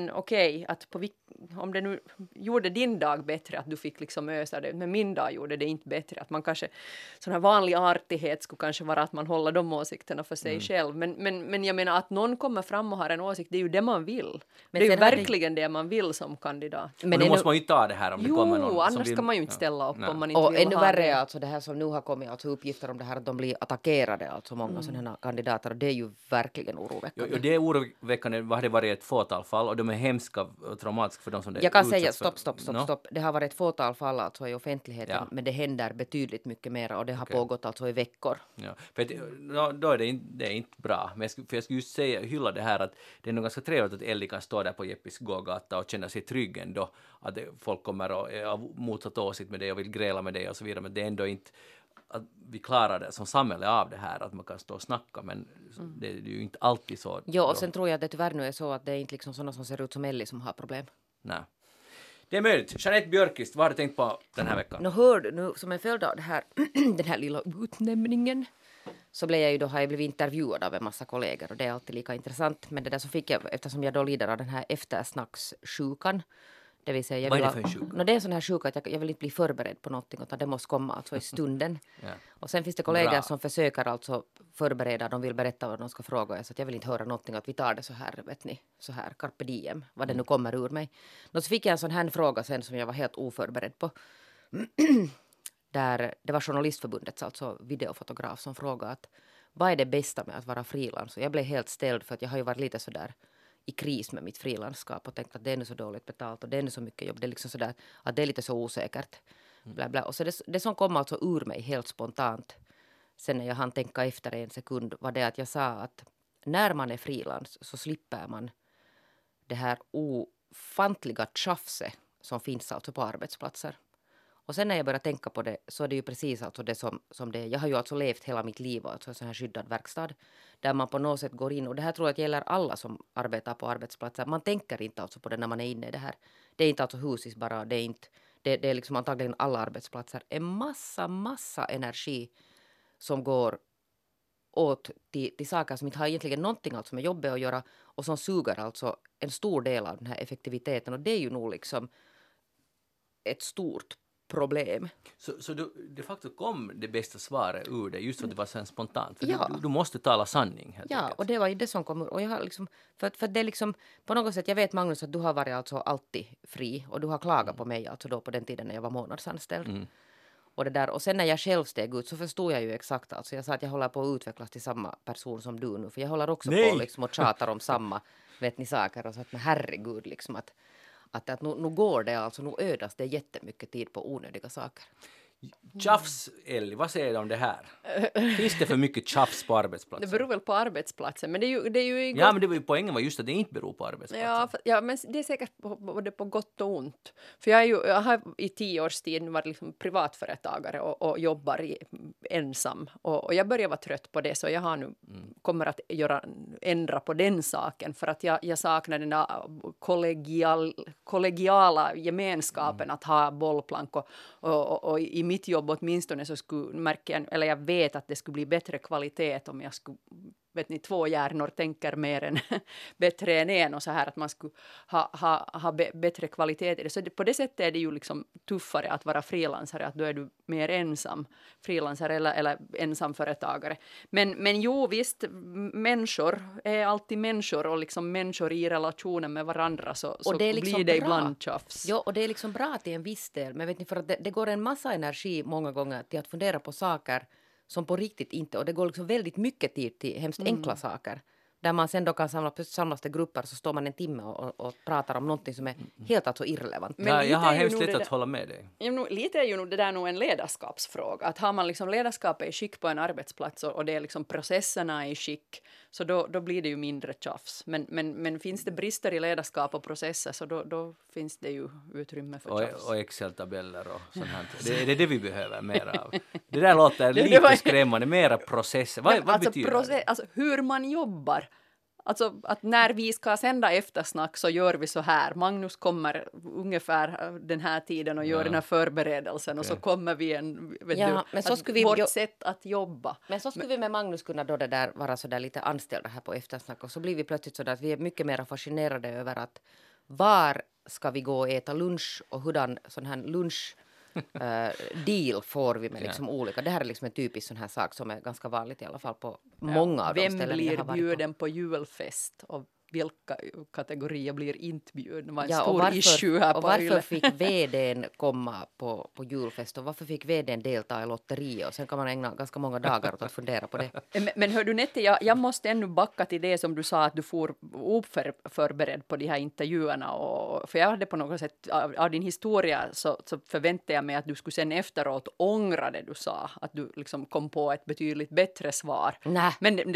om det nu gjorde din dag bättre att du fick liksom ösa det, men min dag gjorde det inte bättre, att man kanske, sån här vanlig artighet skulle kanske vara att man håller de åsikterna för sig själv, men jag menar att någon kommer fram och har en åsikt, det är ju det man vill. Men det är ju verkligen det man vill som kandidat. Men nu måste man ju ta det här om det kommer någon annars ska man ju inte ställa upp om man inte och vill ännu värre är alltså det här som nu har kommit, alltså uppgifter om det här att de blir attackerade, alltså många sådana här kandidater, och det är ju verkligen oroväckande. Det är oroväckande, vad det varit ett fåtal fall, och de är hemska traumatisk för de som det Jag kan utsätts säga, för. stopp. Det har varit ett fåtal fall alltså i offentligheten, Ja. men det händer betydligt mycket mer och det har Okej. pågått alltså i veckor. Ja, för då är det är inte bra. Men jag skulle just säga, hylla det här att det är nog ganska trevligt att Ellie kan stå där på Jeppis gågata och känna sig trygg ändå. Att folk kommer och är av motsatt åsikt med dig och vill gräla med dig och så vidare. Men det är ändå inte att vi klarar det som samhälle av det här, att man kan stå och snacka, men det är ju inte alltid så. Jo, och då. sen tror jag att det tyvärr nu är så att det är inte liksom sådana som ser ut som Ellie som har problem. Nej. Det är möjligt. Jeanette Björkqvist, vad har du tänkt på den här veckan? Nå hör du, nu som en följd av det här, den här lilla utnämningen så blev jag ju då, har jag blivit intervjuad av en massa kollegor och det är alltid lika intressant. Men det där så fick jag, eftersom jag då lider av den här eftersnackssjukan, det vill säga... Vad är det för en sjuka? Det är en sån här sjuka att jag vill inte bli förberedd på någonting utan det måste komma alltså i stunden. Ja. Och sen finns det kollegor Bra. som försöker alltså förbereda, de vill berätta vad de ska fråga, så att jag vill inte höra någonting, att vi tar det så här, vet ni, så här, carpe diem, vad det nu kommer ur mig. Och så fick jag en sån här fråga sen som jag var helt oförberedd på. Där det var Journalistförbundets, alltså videofotograf, som frågade att vad är det bästa med att vara frilans? Och jag blev helt ställd för att jag har ju varit lite så där i kris med mitt frilansskap och tänkt att det är nu så dåligt betalt och det är nu så mycket jobb. Det är liksom så där att det är lite så osäkert. Bla bla. Och så det som kom alltså ur mig helt spontant sen när jag hann tänka efter en sekund var det att jag sa att när man är frilans så slipper man det här ofantliga tjafset som finns alltså på arbetsplatser. Och sen när jag börjar tänka på det så är det ju precis alltså det som det är. Jag har ju alltså levt hela mitt liv alltså en sån här skyddad verkstad där man på något sätt går in, och det här tror jag att gäller alla som arbetar på arbetsplatser. Man tänker inte alltså på det när man är inne i det här. Det är inte alltså husis bara, det är liksom antagligen alla arbetsplatser. En massa energi som går åt till saker som inte har egentligen någonting alltså med jobbet att göra och som suger alltså en stor del av den här effektiviteten, och det är ju nog liksom ett stort problem. Så du de facto kom det bästa svaret ur det just för att det var så spontant. För Ja. du måste tala sanning helt Ja, enkelt. och det var ju det som kom ur. Och jag har liksom, för det är liksom, på något sätt, jag vet Magnus att du har varit alltså alltid fri och du har klagat på mig alltså då på den tiden när jag var månadsanställd. Och det där, och sen när jag själv steg ut så förstod jag ju exakt, alltså jag sa att jag håller på att utvecklas till samma person som du nu, för jag håller också Nej. på liksom och tjatar om samma, vet ni, saker, och så att men herregud liksom att nu går det alltså, nu ödas det jättemycket tid på onödiga saker. Tjafs, Ellie, vad säger du om det här? Finns det för mycket tjafs på Det arbetsplatsen? beror väl på arbetsplatsen, men det är ju Ja, men det var ju poängen var just att det inte beror på arbetsplatsen. Ja, men det är säkert både på gott och ont. För jag har i 10 års tid varit liksom privatföretagare och jobbar ensam. Och jag börjar vara trött på det, så jag har nu kommer att ändra på den saken. För att jag saknar den där kollegiala gemenskapen, att ha bollplank. Och i mitt jobb åtminstone så eller jag vet att det skulle bli bättre kvalitet om jag skulle, vet ni, 2 hjärnor tänker mer än bättre än en, och så här att man skulle ha bättre kvalitet i det. Så på det sättet är det ju liksom tuffare att vara frilansare, att då är du mer ensam frilansare eller ensamföretagare. Men jo, visst, människor är alltid människor, och liksom människor i relationen med varandra så Och det är liksom blir det bra. ibland tjafs. Ja, och det är liksom bra till en viss del, men vet ni, för att det går en massa energi många gånger till att fundera på saker som på riktigt inte, och det går liksom väldigt mycket tid till hemskt enkla saker. Där man sen då kan samlas till grupper, så står man en timme och pratar om någonting som är helt alltså irrelevant. Men Ja, lite jag har är ju hemskt nog lätt det att där- hålla med dig. Ja, lite är ju nog det där nog en ledarskapsfråga. Att har man liksom ledarskapet i skick på en arbetsplats och det är liksom processerna i skick, så då blir det ju mindre tjafs. Men finns det brister i ledarskap och processer, så då finns det ju utrymme för tjafs. Och Excel-tabeller och sånt här. Det är det vi behöver mer av. Det där låter Det lite var- skrämmande. Mera processer. Vad betyder det? Alltså hur man jobbar. Alltså att när vi ska sända eftersnack så gör vi så här. Magnus kommer ungefär den här tiden och gör den här förberedelsen, och så kommer vi men så skulle vi vårt sätt att jobba. Men så skulle vi med Magnus kunna då det där vara så där lite anställda här på eftersnack, och så blir vi plötsligt så där att vi är mycket mer fascinerade över att var ska vi gå och äta lunch och hurdan sån här lunch deal får vi med liksom olika. Det här är liksom en typisk sån här sak som är ganska vanligt i alla fall på många av de Vem ställen jag blir har varit på. bjuden på julfest? Och vilka kategorier blir inte bjudna. Det var en Ja, stor issue här och på varför Yle. fick vdn komma på julfest och varför fick vdn delta i lotteriet? Och sen kan man ägna ganska många dagar åt att fundera på det. Men hör du Nette, jag måste ännu backa till det som du sa att du får oförberedd på de här intervjuerna. För jag hade på något sätt av din historia så förväntade jag mig att du skulle sen efteråt ångra det du sa. Att du liksom kom på ett betydligt bättre svar. Nä.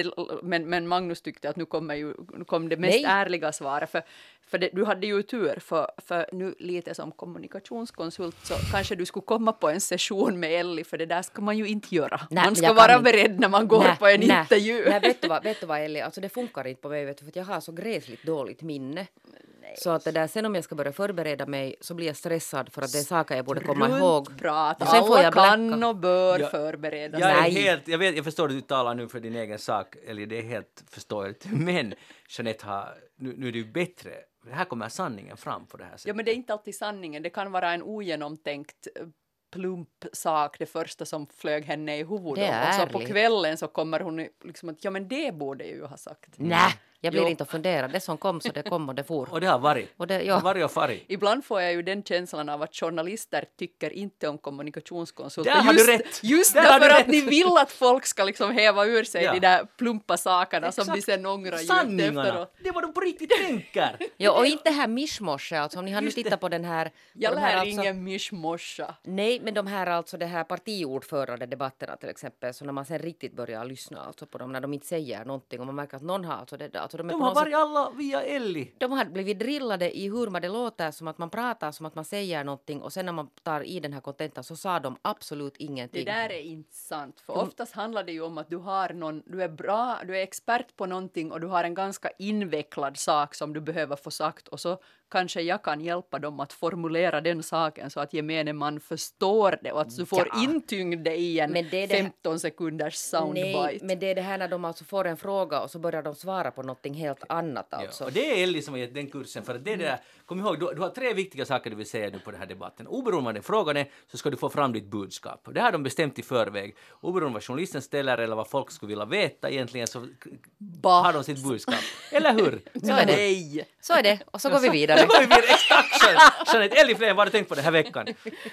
Men Magnus tyckte att nu kom det mest ärliga svaret. För du hade ju tur, för nu lite som kommunikationskonsult så kanske du skulle komma på en session med Ellie, för det där ska man ju inte göra. Nej, man ska vara beredd när man går på en intervju. Nej, vet du vad Ellie, alltså det funkar inte på mig, vet du, för jag har så gräsligt dåligt minne. Nej. Så att det där, sen om jag ska börja förbereda mig så blir jag stressad för att det är saker jag borde komma ihåg. Prat. Och sen får jag kan och bör förbereda sig. Jag förstår att du talar nu för din egen sak, eller det är helt förståeligt. Men Jeanette, nu är det ju bättre. Här kommer sanningen fram på det här sättet. Ja, men det är inte alltid sanningen. Det kan vara en ogenomtänkt plump sak, det första som flög henne i huvudet. Och så på kvällen så kommer hon liksom att, ja men det borde jag ju ha sagt. Nej, jag blir inte att fundera. Det som kom så det kom och det for. Och det har varit. Och det, har varit och farit. Ibland får jag ju den känslan av att journalister tycker inte om kommunikationskonsulter. Där har du rätt! Just därför att ni vill att folk ska liksom häva ur sig de där plumpa sakerna som de sen ångrar efteråt. Det var de på riktigt tänker. Ja, och inte det här mishmosha, alltså om ni har nu tittat på den här... Jag lär ingen mishmosha. Nej, men de här alltså det här partiordförande debatterna till exempel, så när man sen riktigt börjar lyssna alltså på dem, när de inte säger någonting och man märker att någon har alltså det där. Alltså de har varit alla via Ellie. De har blivit drillade i hur man det låter, som att man pratar, som att man säger någonting, och sen när man tar i den här kontentan så sa de absolut ingenting. Det där är inte sant, för oftast handlar det ju om att du är bra, du är expert på någonting och du har en ganska invecklad sak som du behöver få sagt, och så kanske jag kan hjälpa dem att formulera den saken så att gemene man förstår det och att du får intyngd det i en 15 sekunders soundbite. Nej, men det är det här när de alltså får en fråga och så börjar de svara på någonting helt annat alltså. Ja, och det är Ellie som har gett den kursen, för det där, kom ihåg, du har 3 viktiga saker du vill säga nu på den här debatten. Oberoende vad den frågan är så ska du få fram ditt budskap. Det har de bestämt i förväg. Oberoende vad journalisten ställer eller vad folk skulle vilja veta egentligen, så har de sitt budskap. Eller hur? Så är det. Så är det. Och så går vi vidare. Så går vi vidare. Jeanette, Ellie Flen, vad har du tänkt på den här veckan?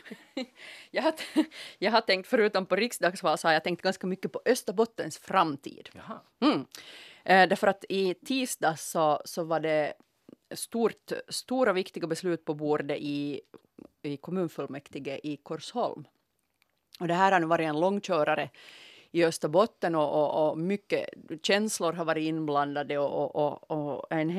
Jag har tänkt, förutom på riksdagsval, så har jag tänkt ganska mycket på Österbottens framtid. Därför att i tisdag så var det stora viktiga beslut på bordet i kommunfullmäktige i Korsholm. Och det här har nu varit en långkörare i Österbotten och mycket känslor har varit inblandade och en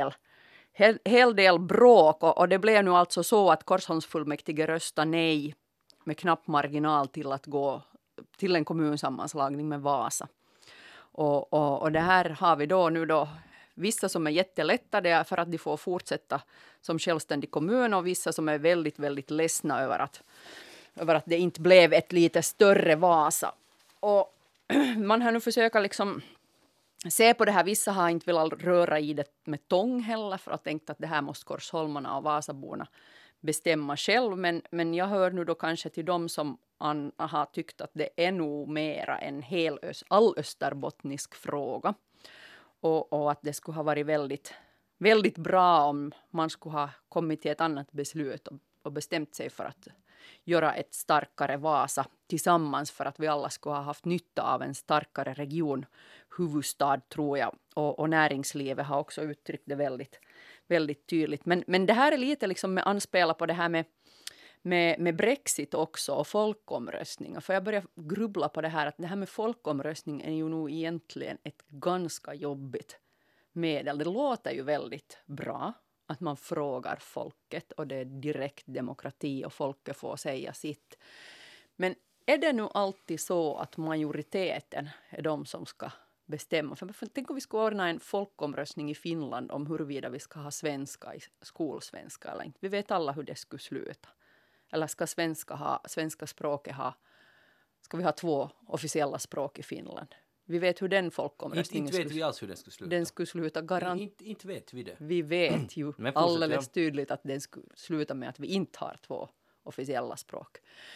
hel del bråk. Och det blev nu alltså så att Korsholmsfullmäktige röstade nej med knapp marginal till att gå till en kommunsammanslagning med Vasa. Och det här har vi nu vissa som är jättelättade för att de får fortsätta som självständig kommun, och vissa som är väldigt, väldigt ledsna över att det inte blev ett lite större Vasa. Och man har nu försökt liksom se på det här. Vissa har inte velat röra i det med tång heller, för att tänka att det här måste korsholmarna och Vasaborna bestämma själv. Men jag hör nu då kanske till dem som har tyckt att det är nog mera en allösterbottnisk fråga. Och att det skulle ha varit väldigt, väldigt bra om man skulle ha kommit till ett annat beslut och bestämt sig för att göra ett starkare Vasa tillsammans, för att vi alla skulle ha haft nytta av en starkare region, huvudstad tror jag. Och näringslivet har också uttryckt det väldigt, väldigt tydligt. Men det här är lite liksom med anspela på det här med Brexit också och folkomröstningar. För jag börjar grubbla på det här, att det här med folkomröstning är ju nog egentligen ett ganska jobbigt medel. Det låter ju väldigt bra att man frågar folket och det är direkt demokrati och folket får säga sitt. Men är det nu alltid så att majoriteten är de som ska bestämma? För tänk om vi skulle ordna en folkomröstning i Finland om huruvida vi ska ha svenska i skolsvenska eller inte. Vi vet alla hur det skulle sluta. Eller ska svenska språket ska vi ha 2 officiella språk i Finland? Vi vet hur den folkomröstningen inte vet vi alls hur den skulle sluta. Den skulle sluta inte vet vi det. Vi vet ju alldeles tydligt att den skulle sluta med att vi inte har 2 officiella språk.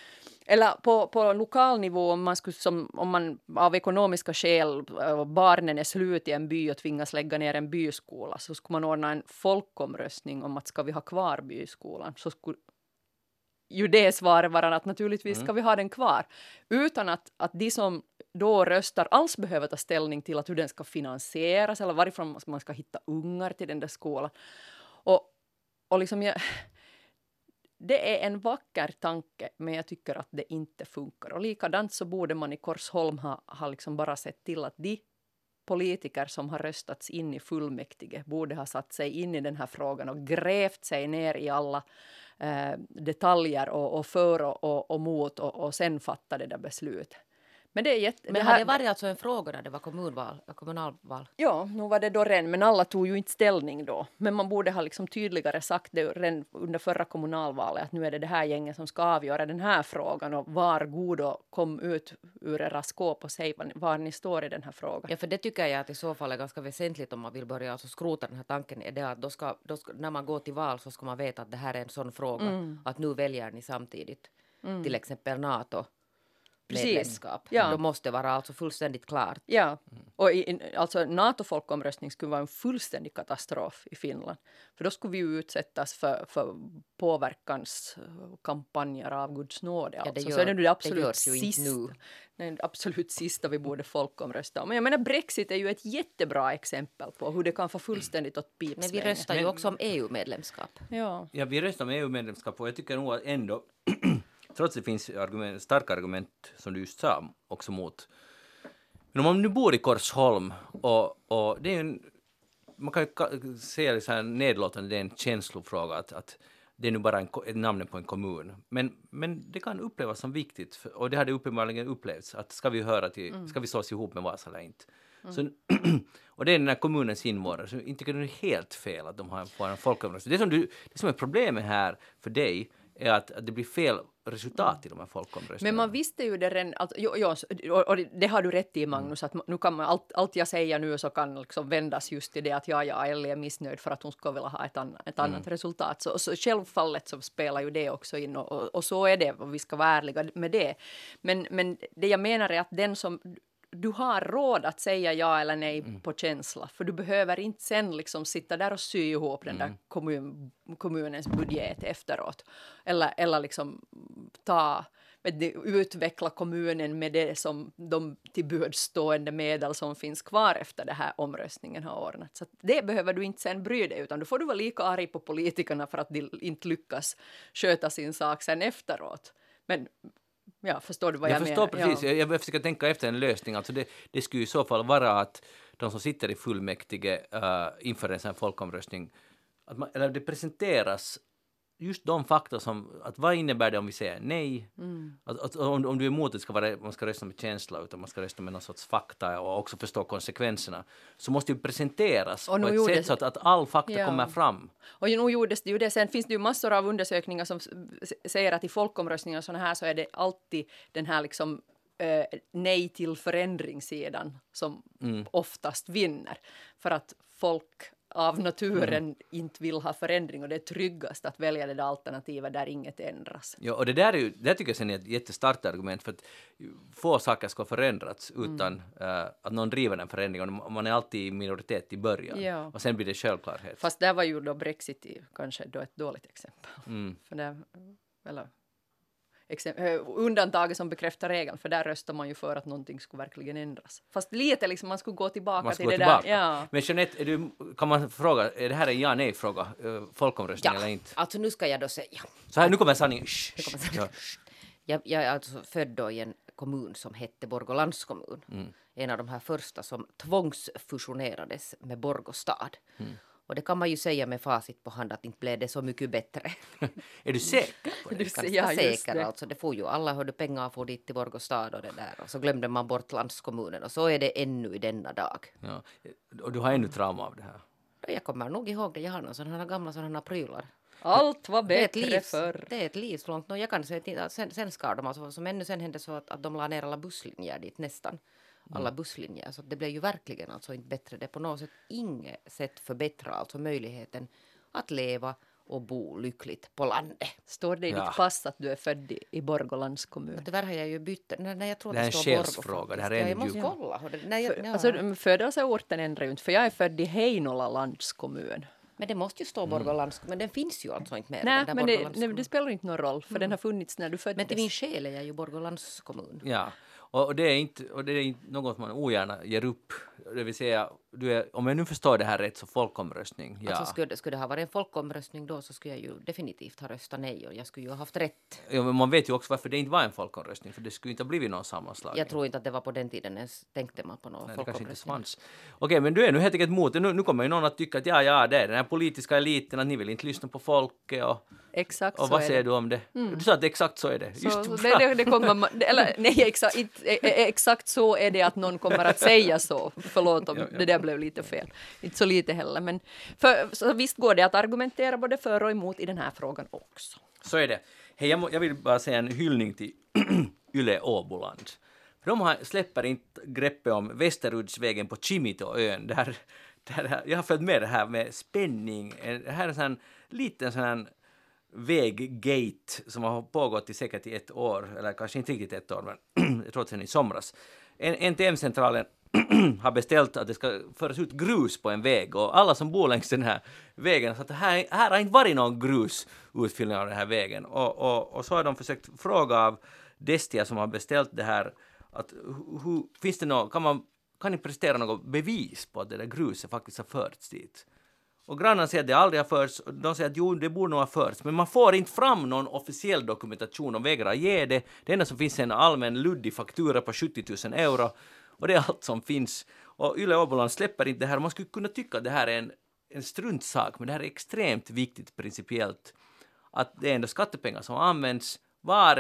Eller på lokal nivå, om man av ekonomiska skäl, barnen är slut i en by och tvingas lägga ner en byskola, så skulle man ordna en folkomröstning om att ska vi ha kvar byskolan, så skulle ju det svaret vara att naturligtvis ska vi ha den kvar. Utan att de som då röstar alls behöver ta ställning till att hur den ska finansieras eller varifrån man ska hitta ungar till den där skolan. Och liksom det är en vacker tanke, men jag tycker att det inte funkar. Och likadant så borde man i Korsholm ha liksom bara sett till att de politiker som har röstats in i fullmäktige borde ha satt sig in i den här frågan och grävt sig ner i alla detaljer och för och mot och sen fatta det där beslutet. Men det hade det varit alltså en fråga när det var kommunalval? Ja, nu var det då redan, men alla tog ju inte ställning då. Men man borde ha liksom tydligare sagt det redan under förra kommunalvalet att nu är det här gänget som ska avgöra den här frågan och var god och kom ut ur era skåp och säg var ni står i den här frågan. Ja, för det tycker jag att i så fall är ganska väsentligt om man vill börja alltså skrota den här tanken. Är det att då ska, när man går till val så ska man veta att det här är en sån fråga att nu väljer ni samtidigt till exempel NATO. Medlemskap. Ja. Då måste vara alltså fullständigt klart. Ja, och alltså NATO-folkomröstning skulle vara en fullständig katastrof i Finland. För då skulle vi ju utsättas för påverkanskampanjer av Guds nåde. Alltså. Ja, så är det absolut absolut sista vi borde folkomrösta om. Men jag menar, Brexit är ju ett jättebra exempel på hur det kan få fullständigt åt pipsvängen. Men vi röstar ju också om EU-medlemskap. Ja, vi röstar om EU-medlemskap och jag tycker nog att ändå trots att det finns starka argument som du just sa också mot. Men om man nu bor i Korsholm och det är man kan ju säga det så här nedlåtande, det är en känslofråga att det är nu bara ett namn på en kommun. Men det kan upplevas som viktigt och det hade uppenbarligen upplevts att ska vi slås ihop med Vasa eller inte. Så, och det är den här kommunens invånare så inte kan det är helt fel att de får en folkomröstning. Det som är problemet här för dig är att det blir fel resultat i de här folkomröstningarna. Men man visste ju det redan, och det har du rätt i Magnus, att nu kan man, allt jag säger nu så kan liksom vändas just till det att Ellie är missnöjd för att hon ska vilja ha ett annat resultat. Så självfallet så spelar ju det också in och så är det och vi ska vara ärliga med det. Men det jag menar är att den som du har råd att säga ja eller nej på känsla. För du behöver inte sen liksom sitta där och sy ihop den där kommunens budget efteråt. Eller liksom utveckla kommunen med det som de tillbudstående medel som finns kvar efter det här omröstningen har ordnat. Så det behöver du inte sen bry dig, utan då får du vara lika arg på politikerna för att de inte lyckas sköta sin sak sen efteråt. Men ja, förstår du vad jag menar? Jag förstår precis. Ja. Jag försöker tänka efter en lösning. Alltså det skulle i så fall vara att de som sitter i fullmäktige inför en sån här folkomröstning, eller det presenteras just de fakta som, att vad innebär det om vi säger nej? Att om du är emot att man ska rösta med känsla utan man ska rösta med någon sorts fakta och också förstå konsekvenserna, så måste ju presenteras på ett sätt så att all fakta kommer fram. Och nu gjordes det ju det. Sen finns det ju massor av undersökningar som säger att i folkomröstningar och sådana här så är det alltid den här liksom nej till förändringssidan som oftast vinner. För att folk av naturen inte vill ha förändring och det är tryggast att välja det där alternativet där inget ändras. Ja, och det tycker jag sen är ett jättestarkt argument för att få saker ska förändras utan att någon driver den förändringen. Man är alltid i minoritet i början och sen blir det självklarhet. Fast där var ju då Brexit kanske då ett dåligt exempel. För det, eller undantaget som bekräftar regeln, för där röstar man ju för att någonting skulle verkligen ändras. Fast lite liksom man skulle gå tillbaka till det där. Ja. Men Jeanette, kan man fråga, är det här en ja-nej-fråga, folkomröstning eller inte? Alltså nu ska jag då säga. Så här, nu kommer sanningen. Jag är alltså född då i en kommun som hette Borgålands kommun. En av de här första som tvångsfusionerades med Borgå stad. Och det kan man ju säga med facit på hand att inte blev det så mycket bättre. Är du säker på det? Säker alltså. Det får ju alla hörde pengar få dit till Borgå stad och det där. Och så glömde man bort landskommunen och så är det ännu i denna dag. Ja. Och du har ännu trauma av det här? Jag kommer nog ihåg det. Jag har några sådana gamla sådana prylar. Allt var bättre förr. Det är ett livslångt. Jag kan säga att sen ska de alltså, som ännu sen hände så att de la ner alla busslinjer dit nästan. Alla busslinjer. Så det blev ju verkligen alltså inte bättre. Det på något sätt inget sätt förbättra alltså möjligheten att leva och bo lyckligt på landet. Står det i ditt pass att du är född i Borgålands kommun? Tyvärr har jag ju bytt. Nej, jag tror Det här är det en står Borgå själsfråga. Det här faktiskt. är en Jag måste djup. kolla. Nej, Alltså födelseorten ändrar ju inte, för jag är född i Heinola landskommun. Men det måste ju stå Borgålands, men den finns ju alltså inte mer. Nej, den där men Borgålands det spelar inte någon roll, för den har funnits när du föddes. Men till min själ är jag ju Borgålands kommun. Ja, och det är inte något man ogärna ger upp. Det vill säga, om jag nu förstår det här rätt, så folkomröstning. Ja. Alltså skulle det ha varit en folkomröstning då, så skulle jag ju definitivt ha röstat nej och jag skulle ju ha haft rätt. Ja, men man vet ju också varför det inte var en folkomröstning, för det skulle inte ha blivit någon sammanslagning. Jag tror inte att det var på den tiden ens tänkte man på någon Nej, det kanske inte folkomröstning. fanns. Okej, men du är nu helt enkelt emot det. Nu kommer ju någon att tycka att ja, det är den här politiska eliten, att ni vill inte lyssna på folket och Exakt och så vad är säger det. du om det? Du sa att exakt så är det. Så Just bra. det kommer eller nej, exakt så är det att någon kommer att säga så. Förlåt om det där blev lite fel. Inte så lite heller, men så visst går det att argumentera både för och emot i den här frågan också. Så är det. Hej, jag vill bara säga en hyllning till Yle Åboland. För de släpper inte greppet om Västerudsvägen på Kimitoön. Jag har följt med det här med spänning. Det här är en sån liten sån här väggate som har pågått säkert i 1 år, eller kanske inte riktigt 1 år, men jag tror att sen i somras. NTM-centralen har beställt att det ska föras ut grus på en väg, och alla som bor längs den här vägen, så att här har inte varit någon grusutfyllning av den här vägen, och så har de försökt fråga av Destia som har beställt det här, att finns det kan ni prestera något bevis på att det där gruset faktiskt har förts dit? Och grannarna säger att det aldrig har förts, och de säger att jo, det borde nog ha förts, men man får inte fram någon officiell dokumentation, och vägrar ge det. Det enda som finns är en allmän luddig faktura på 70 000 euro, och det är allt som finns. Och Yle Åboland släpper inte det här. Man skulle kunna tycka att det här är en struntsak, men det här är extremt viktigt principiellt, att det är ändå skattepengar som används. Var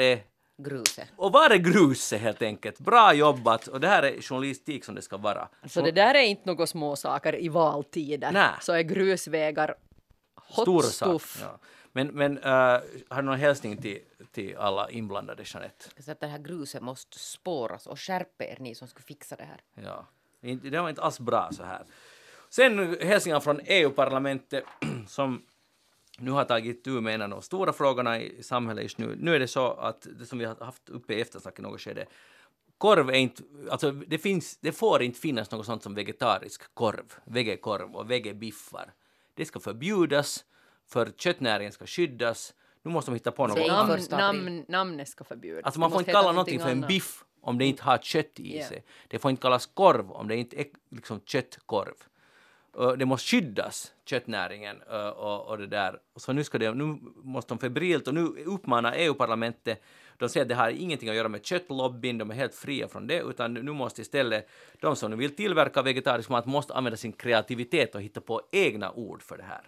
är gruset helt enkelt? Bra jobbat, och det här är journalistik som det ska vara. Så det där är inte några små saker i valtider. Nej. Så är grusvägar hot stuff. Ja. Men har du någon hälsning till alla inblandade, Jeanette? Så att det här gruset måste spåras, och skärpa er ni som ska fixa det här. Ja, det var inte alls bra så här. Sen hälsningar från EU-parlamentet som nu har tagit tur med en av de stora frågorna i samhället just nu. Nu är det så att det som vi har haft uppe i eftersnack i något skede, korv är inte, alltså det får inte finnas något sånt som vegetarisk korv, vegekorv och vegebiffar. Det ska förbjudas, för köttnäringen ska skyddas. Nu måste de hitta på något. Namnet ska förbjudas. Alltså man får inte kalla någonting för en biff om det inte har kött i sig. Det får inte kallas korv om det inte är liksom köttkorv. Det måste skyddas, köttnäringen och det där. Så nu måste de febrilt, och nu uppmanar EU-parlamentet, de säger att det har ingenting att göra med köttlobbyn, de är helt fria från det, utan nu måste istället de som nu vill tillverka vegetarisk mat måste använda sin kreativitet och hitta på egna ord för det här.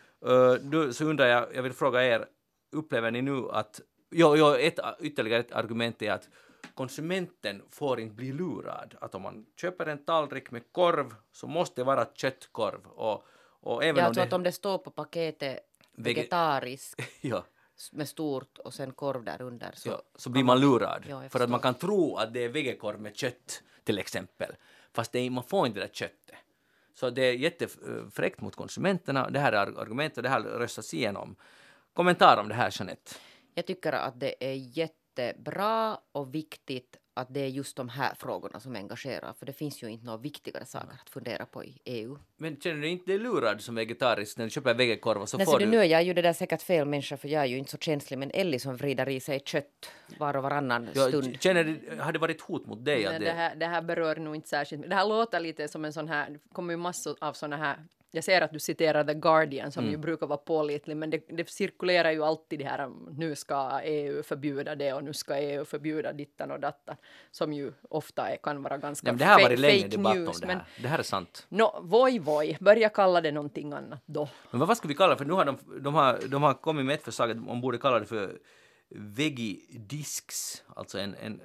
Så undrar jag vill fråga er, upplever ni nu att ytterligare ett argument är att konsumenten får inte bli lurad, att om man köper en tallrik med korv så måste det vara köttkorv, och även Jag tror att om det står på paketet vegetarisk ja. med stort och sen korv där under så blir man lurad, Ja, för att man kan tro att det är vegekorv med kött till exempel, fast man får inte det där köttet. Så det är jättefräckt mot konsumenterna. Det här är argument, och det här röstas igenom. Kommentar om det här, Jeanette? Jag tycker att det är jättebra och viktigt att det är just de här frågorna som engagerar. För det finns ju inte några viktigare saker att fundera på i EU. Men känner du inte dig lurad som vegetarisk när du köper vegekorv så får du... Nu är jag ju det där säkert fel människa, för jag är ju inte så känslig. Men Ellie som vrider i sig kött var och varannan stund. Har det varit hot mot dig? Det här berör nog inte särskilt. Det här låter lite som en sån här... Det kommer ju massor av såna här... Jag ser att du citerar The Guardian som ju brukar vara pålitlig, men det cirkulerar ju alltid det här, nu ska EU förbjuda det och nu ska EU förbjuda dittan och dattan, som ju ofta kan vara ganska det här var det länge fake debatt news. om det här. Det här är sant. Voj, börja kalla det någonting annat då. Men vad ska vi kalla det? För nu har de har kommit med ett förslag att man borde kalla det för vegidisks, alltså en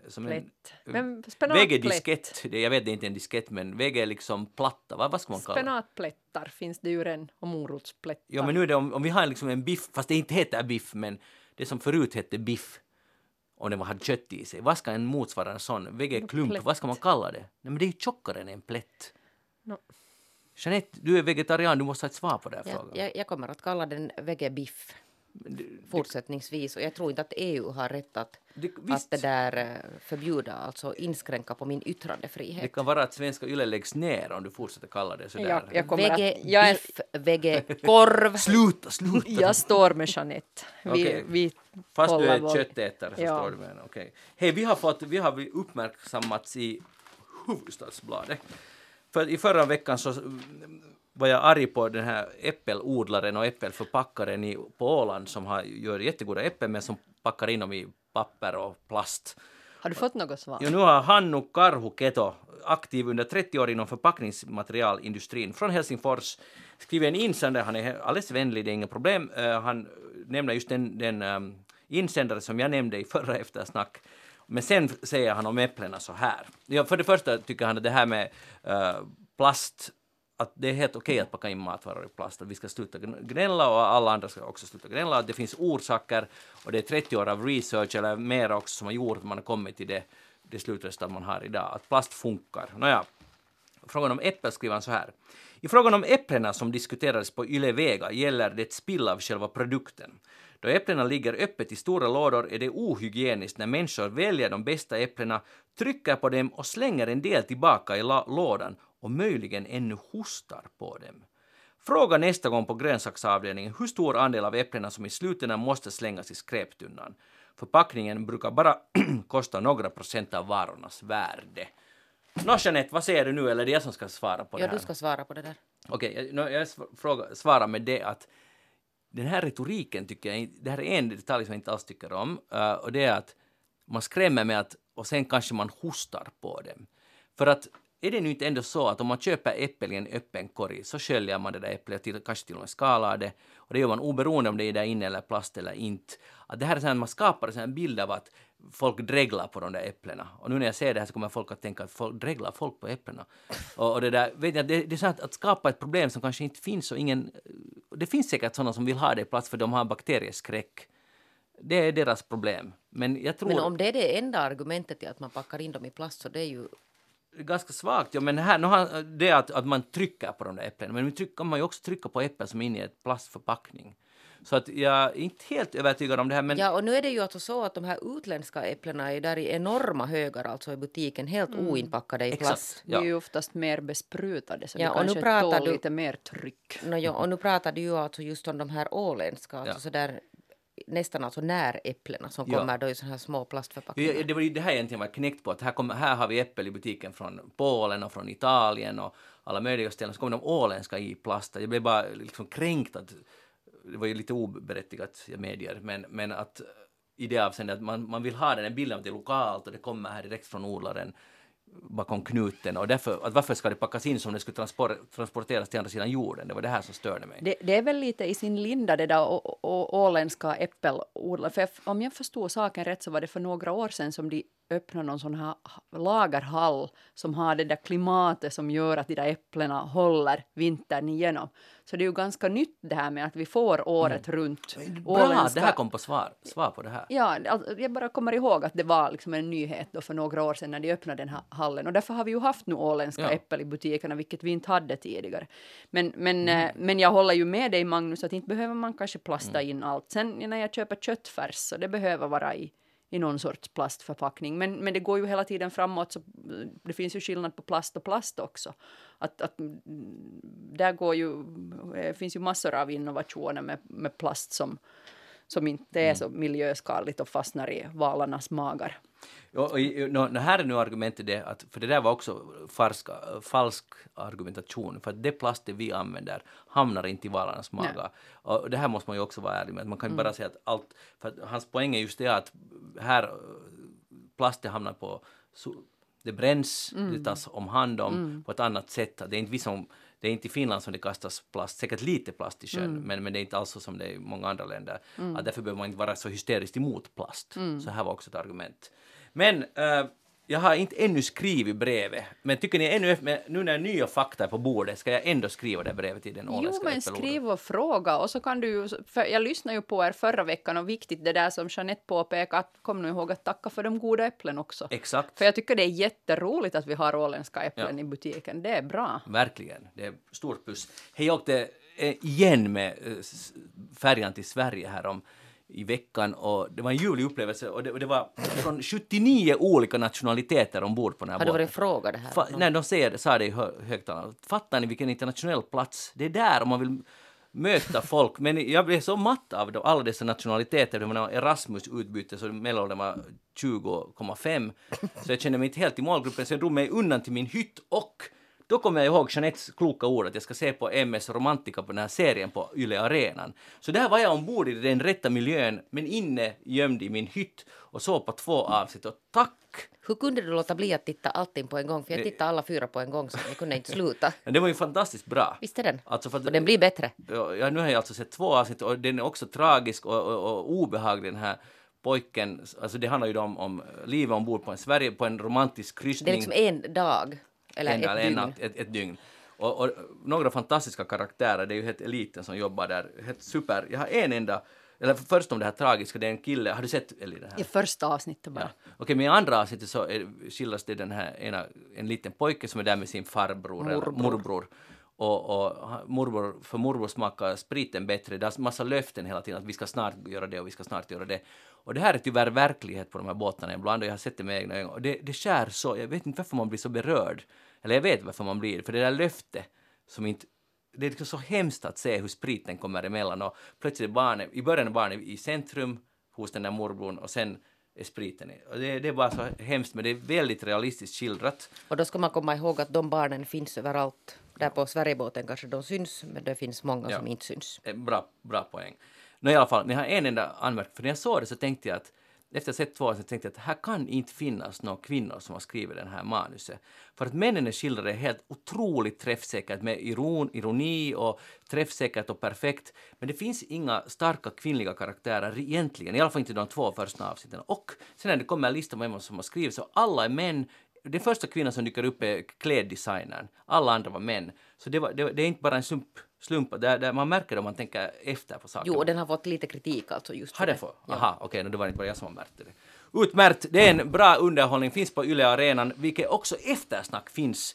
vegediskett. Jag vet inte en diskett, men vege är liksom platta. Vad ska man kalla det? Spenatplättar finns det ju redan, och morotsplättar. Ja, men nu är det om vi har liksom en biff, fast det inte heter biff, men det som förut hette biff, om det hade kött i sig. Vad ska en motsvara en sån vegeklump? Vad ska man kalla det? Nej, men det är ju tjockare än en plätt. No. Jeanette, du är vegetarian, du måste ha ett svar på den här frågan. Jag kommer att kalla den vegebiff fortsättningsvis. Och jag tror inte att EU har rätt att det där förbjuda, alltså inskränka på min yttrandefrihet. Det kan vara att svenska Yle läggs ner om du fortsätter kalla det sådär. Vegebiff, vegekorv. Sluta! Jag står med Jeanette. Vi fast du är köttätare så står du med henne. Okay. Hej, vi har uppmärksammats i Hufvudstadsbladet. För i förra veckan så var jag arg på den här äppelodlaren och äppelförpackaren på Åland som gör jättegoda äpplen men som packar in dem i papper och plast. Har du fått något svar? Jo, nu har Hannu Karhuketo, aktiv under 30 år inom förpackningsmaterialindustrin från Helsingfors, skrivit en insändare. Han är alldeles vänlig, det är inga problem. Han nämner just den insändare som jag nämnde i förra eftersnack. Men sen säger han om äpplena så här. Ja, för det första tycker han att det här med plast, att det är helt okej att packa in matvaror i plast. Att vi ska sluta gnälla och alla andra ska också sluta gnälla. Att det finns orsaker och det är 30 år av research eller mer också som har gjort att man har kommit till det slutresultat man har idag. Att plast funkar. Nåja, frågan om äppel skriver han så här. I frågan om äpplena som diskuterades på Yle Vega gäller det spill av själva produkten. Då äpplena ligger öppet i stora lådor är det ohygieniskt när människor väljer de bästa äpplena, trycker på dem och slänger en del tillbaka i lådan och möjligen ännu hostar på dem. Fråga nästa gång på grönsaksavdelningen hur stor andel av äpplena som i slutändan måste slängas i skräptunnan. Förpackningen brukar bara kosta några procent av varornas värde. Nå, Jeanette, vad säger du nu? Eller är det jag som ska svara på det här? Ja, du ska svara på det där. Okej, jag svarar med det att den här retoriken tycker jag, det här är en detalj som jag inte alls tycker om. Och det är att man skrämmer med att, och sen kanske man hostar på dem. För att är det nu inte ändå så att om man köper äppel i en öppen korg så sköljer man det där äpplet, kanske till och med skalar det. Och det gör man oberoende om det är där inne eller plast eller inte. Att det här är så här, man skapar en bild av att folk dreglar på de där äpplena. Och nu när jag ser det här så kommer folk att tänka att dreglar folk på äpplena. Och det där, vet jag, det är så att skapa ett problem som kanske inte finns och det finns säkert sådana som vill ha det i plats för de har bakterieskräck. Det är deras problem. Men jag tror... Men om det är det enda argumentet till att man packar in dem i plast så det är ju... ganska svagt, ja, men här, nu har det att man trycker på de där äpplen. Men kan man ju också trycka på äpplen som är inne i ett plastförpackning. Så att jag är inte helt övertygad om det här. Men... Ja, och nu är det ju alltså så att de här utländska äpplena är där i enorma högar alltså i butiken, helt oinpackade i plast. Exakt, ja. De är ju oftast mer besprutade så ja, det kanske tål lite mer tryck. Och nu pratar du ju alltså just om de här åländska, alltså så där nästan alltså näräpplena som kommer då i såna här små plastförpackningar. Det var ju det här egentligen var knäckt på att här har vi äppel i butiken från Polen och från Italien och alla möjliga ställen så kommer de åländska i plast. Jag blev bara liksom kränkt att det var ju lite oberättigat, jag medger, men att i det avseendet att man vill ha den här bilden att det är lokalt och det kommer här direkt från odlaren bakom knuten och därför, att varför ska det packas in som det skulle transporteras till andra sidan jorden? Det var det här som störde mig. Det är väl lite i sin linda det där åländska äppelodlare. För om jag förstod saken rätt så var det för några år sedan som de öppnade någon sån här lagerhall som har det där klimatet som gör att de där äpplena håller vintern igenom. Så det är ju ganska nytt det här med att vi får året runt Bra, det här kom på svar på det här. Ja, alltså, jag bara kommer ihåg att det var liksom en nyhet då för några år sedan när de öppnade den här hallen. Och därför har vi ju haft nu åländska äppel i butikerna, vilket vi inte hade tidigare. Men jag håller ju med dig, Magnus, att inte behöver man kanske plasta in allt. Sen när jag köper köttfärs så det behöver vara i någon sorts plastförpackning. Men det går ju hela tiden framåt så det finns ju skillnad på plast och plast också. Att där går ju, finns ju massor av innovationer med plast som inte är så miljöskadligt och fastnar i valarnas magar. Och här är nu argumentet det att, för det där var också falsk argumentation, för att det plastet vi använder hamnar inte i valarnas magar. Och det här måste man ju också vara ärlig med, man kan ju bara säga att allt, för att hans poäng är just det att här plastet hamnar på, det bränns, det tas om hand om på ett annat sätt. Det är inte i Finland som det kastas plast, säkert lite plast i sjön, men det är inte alls så som det är i många andra länder. Att därför behöver man inte vara så hysteriskt emot plast. Så här var också ett argument. Men jag har inte ännu skrivit brevet, men tycker ni ännu, nu när nya fakta är på bordet, ska jag ändå skriva det brevet till den åländska Jo, men Leppeloden? skriv och fråga, och så kan du ju, för jag lyssnade ju på er förra veckan, och viktigt det där som Jeanette påpekade, att kom nu ihåg att tacka för de goda äpplen också. Exakt. För jag tycker det är jätteroligt att vi har åländska äpplen i butiken, det är bra. Verkligen, det är stort plus. Hej, jag åkte igen med färjan till Sverige här i veckan, och det var en ljuvlig upplevelse, och det var från 79 olika nationaliteter ombord på den här Har det båten. varit en fråga det här? Nej, de sa det i högtalaren. Fattar ni vilken internationell plats? Det är där om man vill möta folk. Men jag blev så matt av alla dessa nationaliteter. Det var Erasmus-utbyte, så medelåldern var 20,5. Så jag kände mig inte helt i målgruppen, så jag drog mig undan till min hytt, och då kommer jag ihåg Jeanettes kloka ord att jag ska se på MS Romantica på den här serien på Yle Arenan. Så där var jag ombord i den rätta miljön, men inne gömd i min hytt och så på 2 avsnitt. Och tack! Hur kunde du låta bli att titta allting på en gång? För jag tittade alla 4 på en gång, så jag kunde inte sluta. Det var ju fantastiskt bra. Visst är den? Alltså för att, och den blir bättre. Ja, nu har jag alltså sett 2 avsnitt, och den är också tragisk och obehaglig, den här pojken. Alltså det handlar ju om livet ombord på en romantisk kryssning. Det är liksom en dag. Eller ett dygn. Och några fantastiska karaktärer, det är ju helt eliten som jobbar där. Helt super. Jag har en enda, eller först om det här tragiska, det är en kille. Har du sett Eli det här? I första avsnittet bara. Ja. Okej, men i andra avsnittet så skildras det en liten pojke som är där med sin morbror. Och morbror smakar spriten bättre. Det är massa löften hela tiden att vi ska snart göra det och vi ska snart göra det. Och det här är tyvärr verklighet på de här båtarna ibland, och jag har sett det med egna ögon. Och det skär så, jag vet inte varför man blir så berörd. Eller jag vet varför man blir, för det där löfte som inte... Det är liksom så hemskt att se hur spriten kommer emellan, och plötsligt i början är barnet i centrum hos den där morbrorn, och sen är spriten i. Och det är bara så hemskt, men det är väldigt realistiskt skildrat. Och då ska man komma ihåg att de barnen finns överallt. Där på Sverigebåten kanske de syns, men det finns många som inte syns. Bra poäng. I alla fall, ni har en enda anmärkning. För när jag såg det så tänkte jag att, efter att ha sett 2 så tänkte jag att här kan inte finnas några kvinnor som har skrivit den här manuset. För att männen är skildrade helt otroligt träffsäkert med ironi och träffsäkert och perfekt. Men det finns inga starka kvinnliga karaktärer egentligen. I alla fall inte de 2 första avsnitten. Och sen när det kommer en lista med vem som har skrivit, så alla är män. Den första kvinnan som dyker upp är kläddesignern. Alla andra var män. Så det är inte bara en slump där man märker det om man tänker efter på saker. Jo, och den har fått lite kritik alltså just för det. Aha, okej, det var inte bara jag som har märkt det. Utmärkt, det är en bra underhållning, finns på Yle Arenan, vilket också eftersnack finns.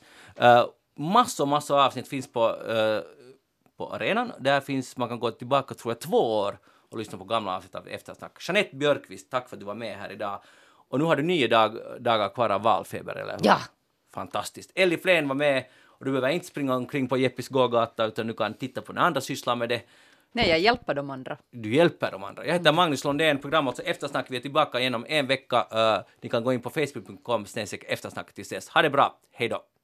Massor avsnitt finns på arenan. Där finns, man kan gå tillbaka, tror jag, 2 år och lyssna på gamla avsnitt av eftersnack. Jeanette Björkqvist, tack för att du var med här idag. Och nu har du 9 dagar kvar av valfeber, eller hur? Ja. Fantastiskt. Elli Flen var med, och du behöver inte springa omkring på Jeppis gågata, utan du kan titta på när andra sysslar med det. Nej, jag hjälper de andra. Du hjälper de andra. Jag heter Magnus Lundén, program alltså Eftersnack. Vi är tillbaka igen om en vecka. Ni kan gå in på facebook.com/eftersnack tills dess. Ha det bra. Hej då.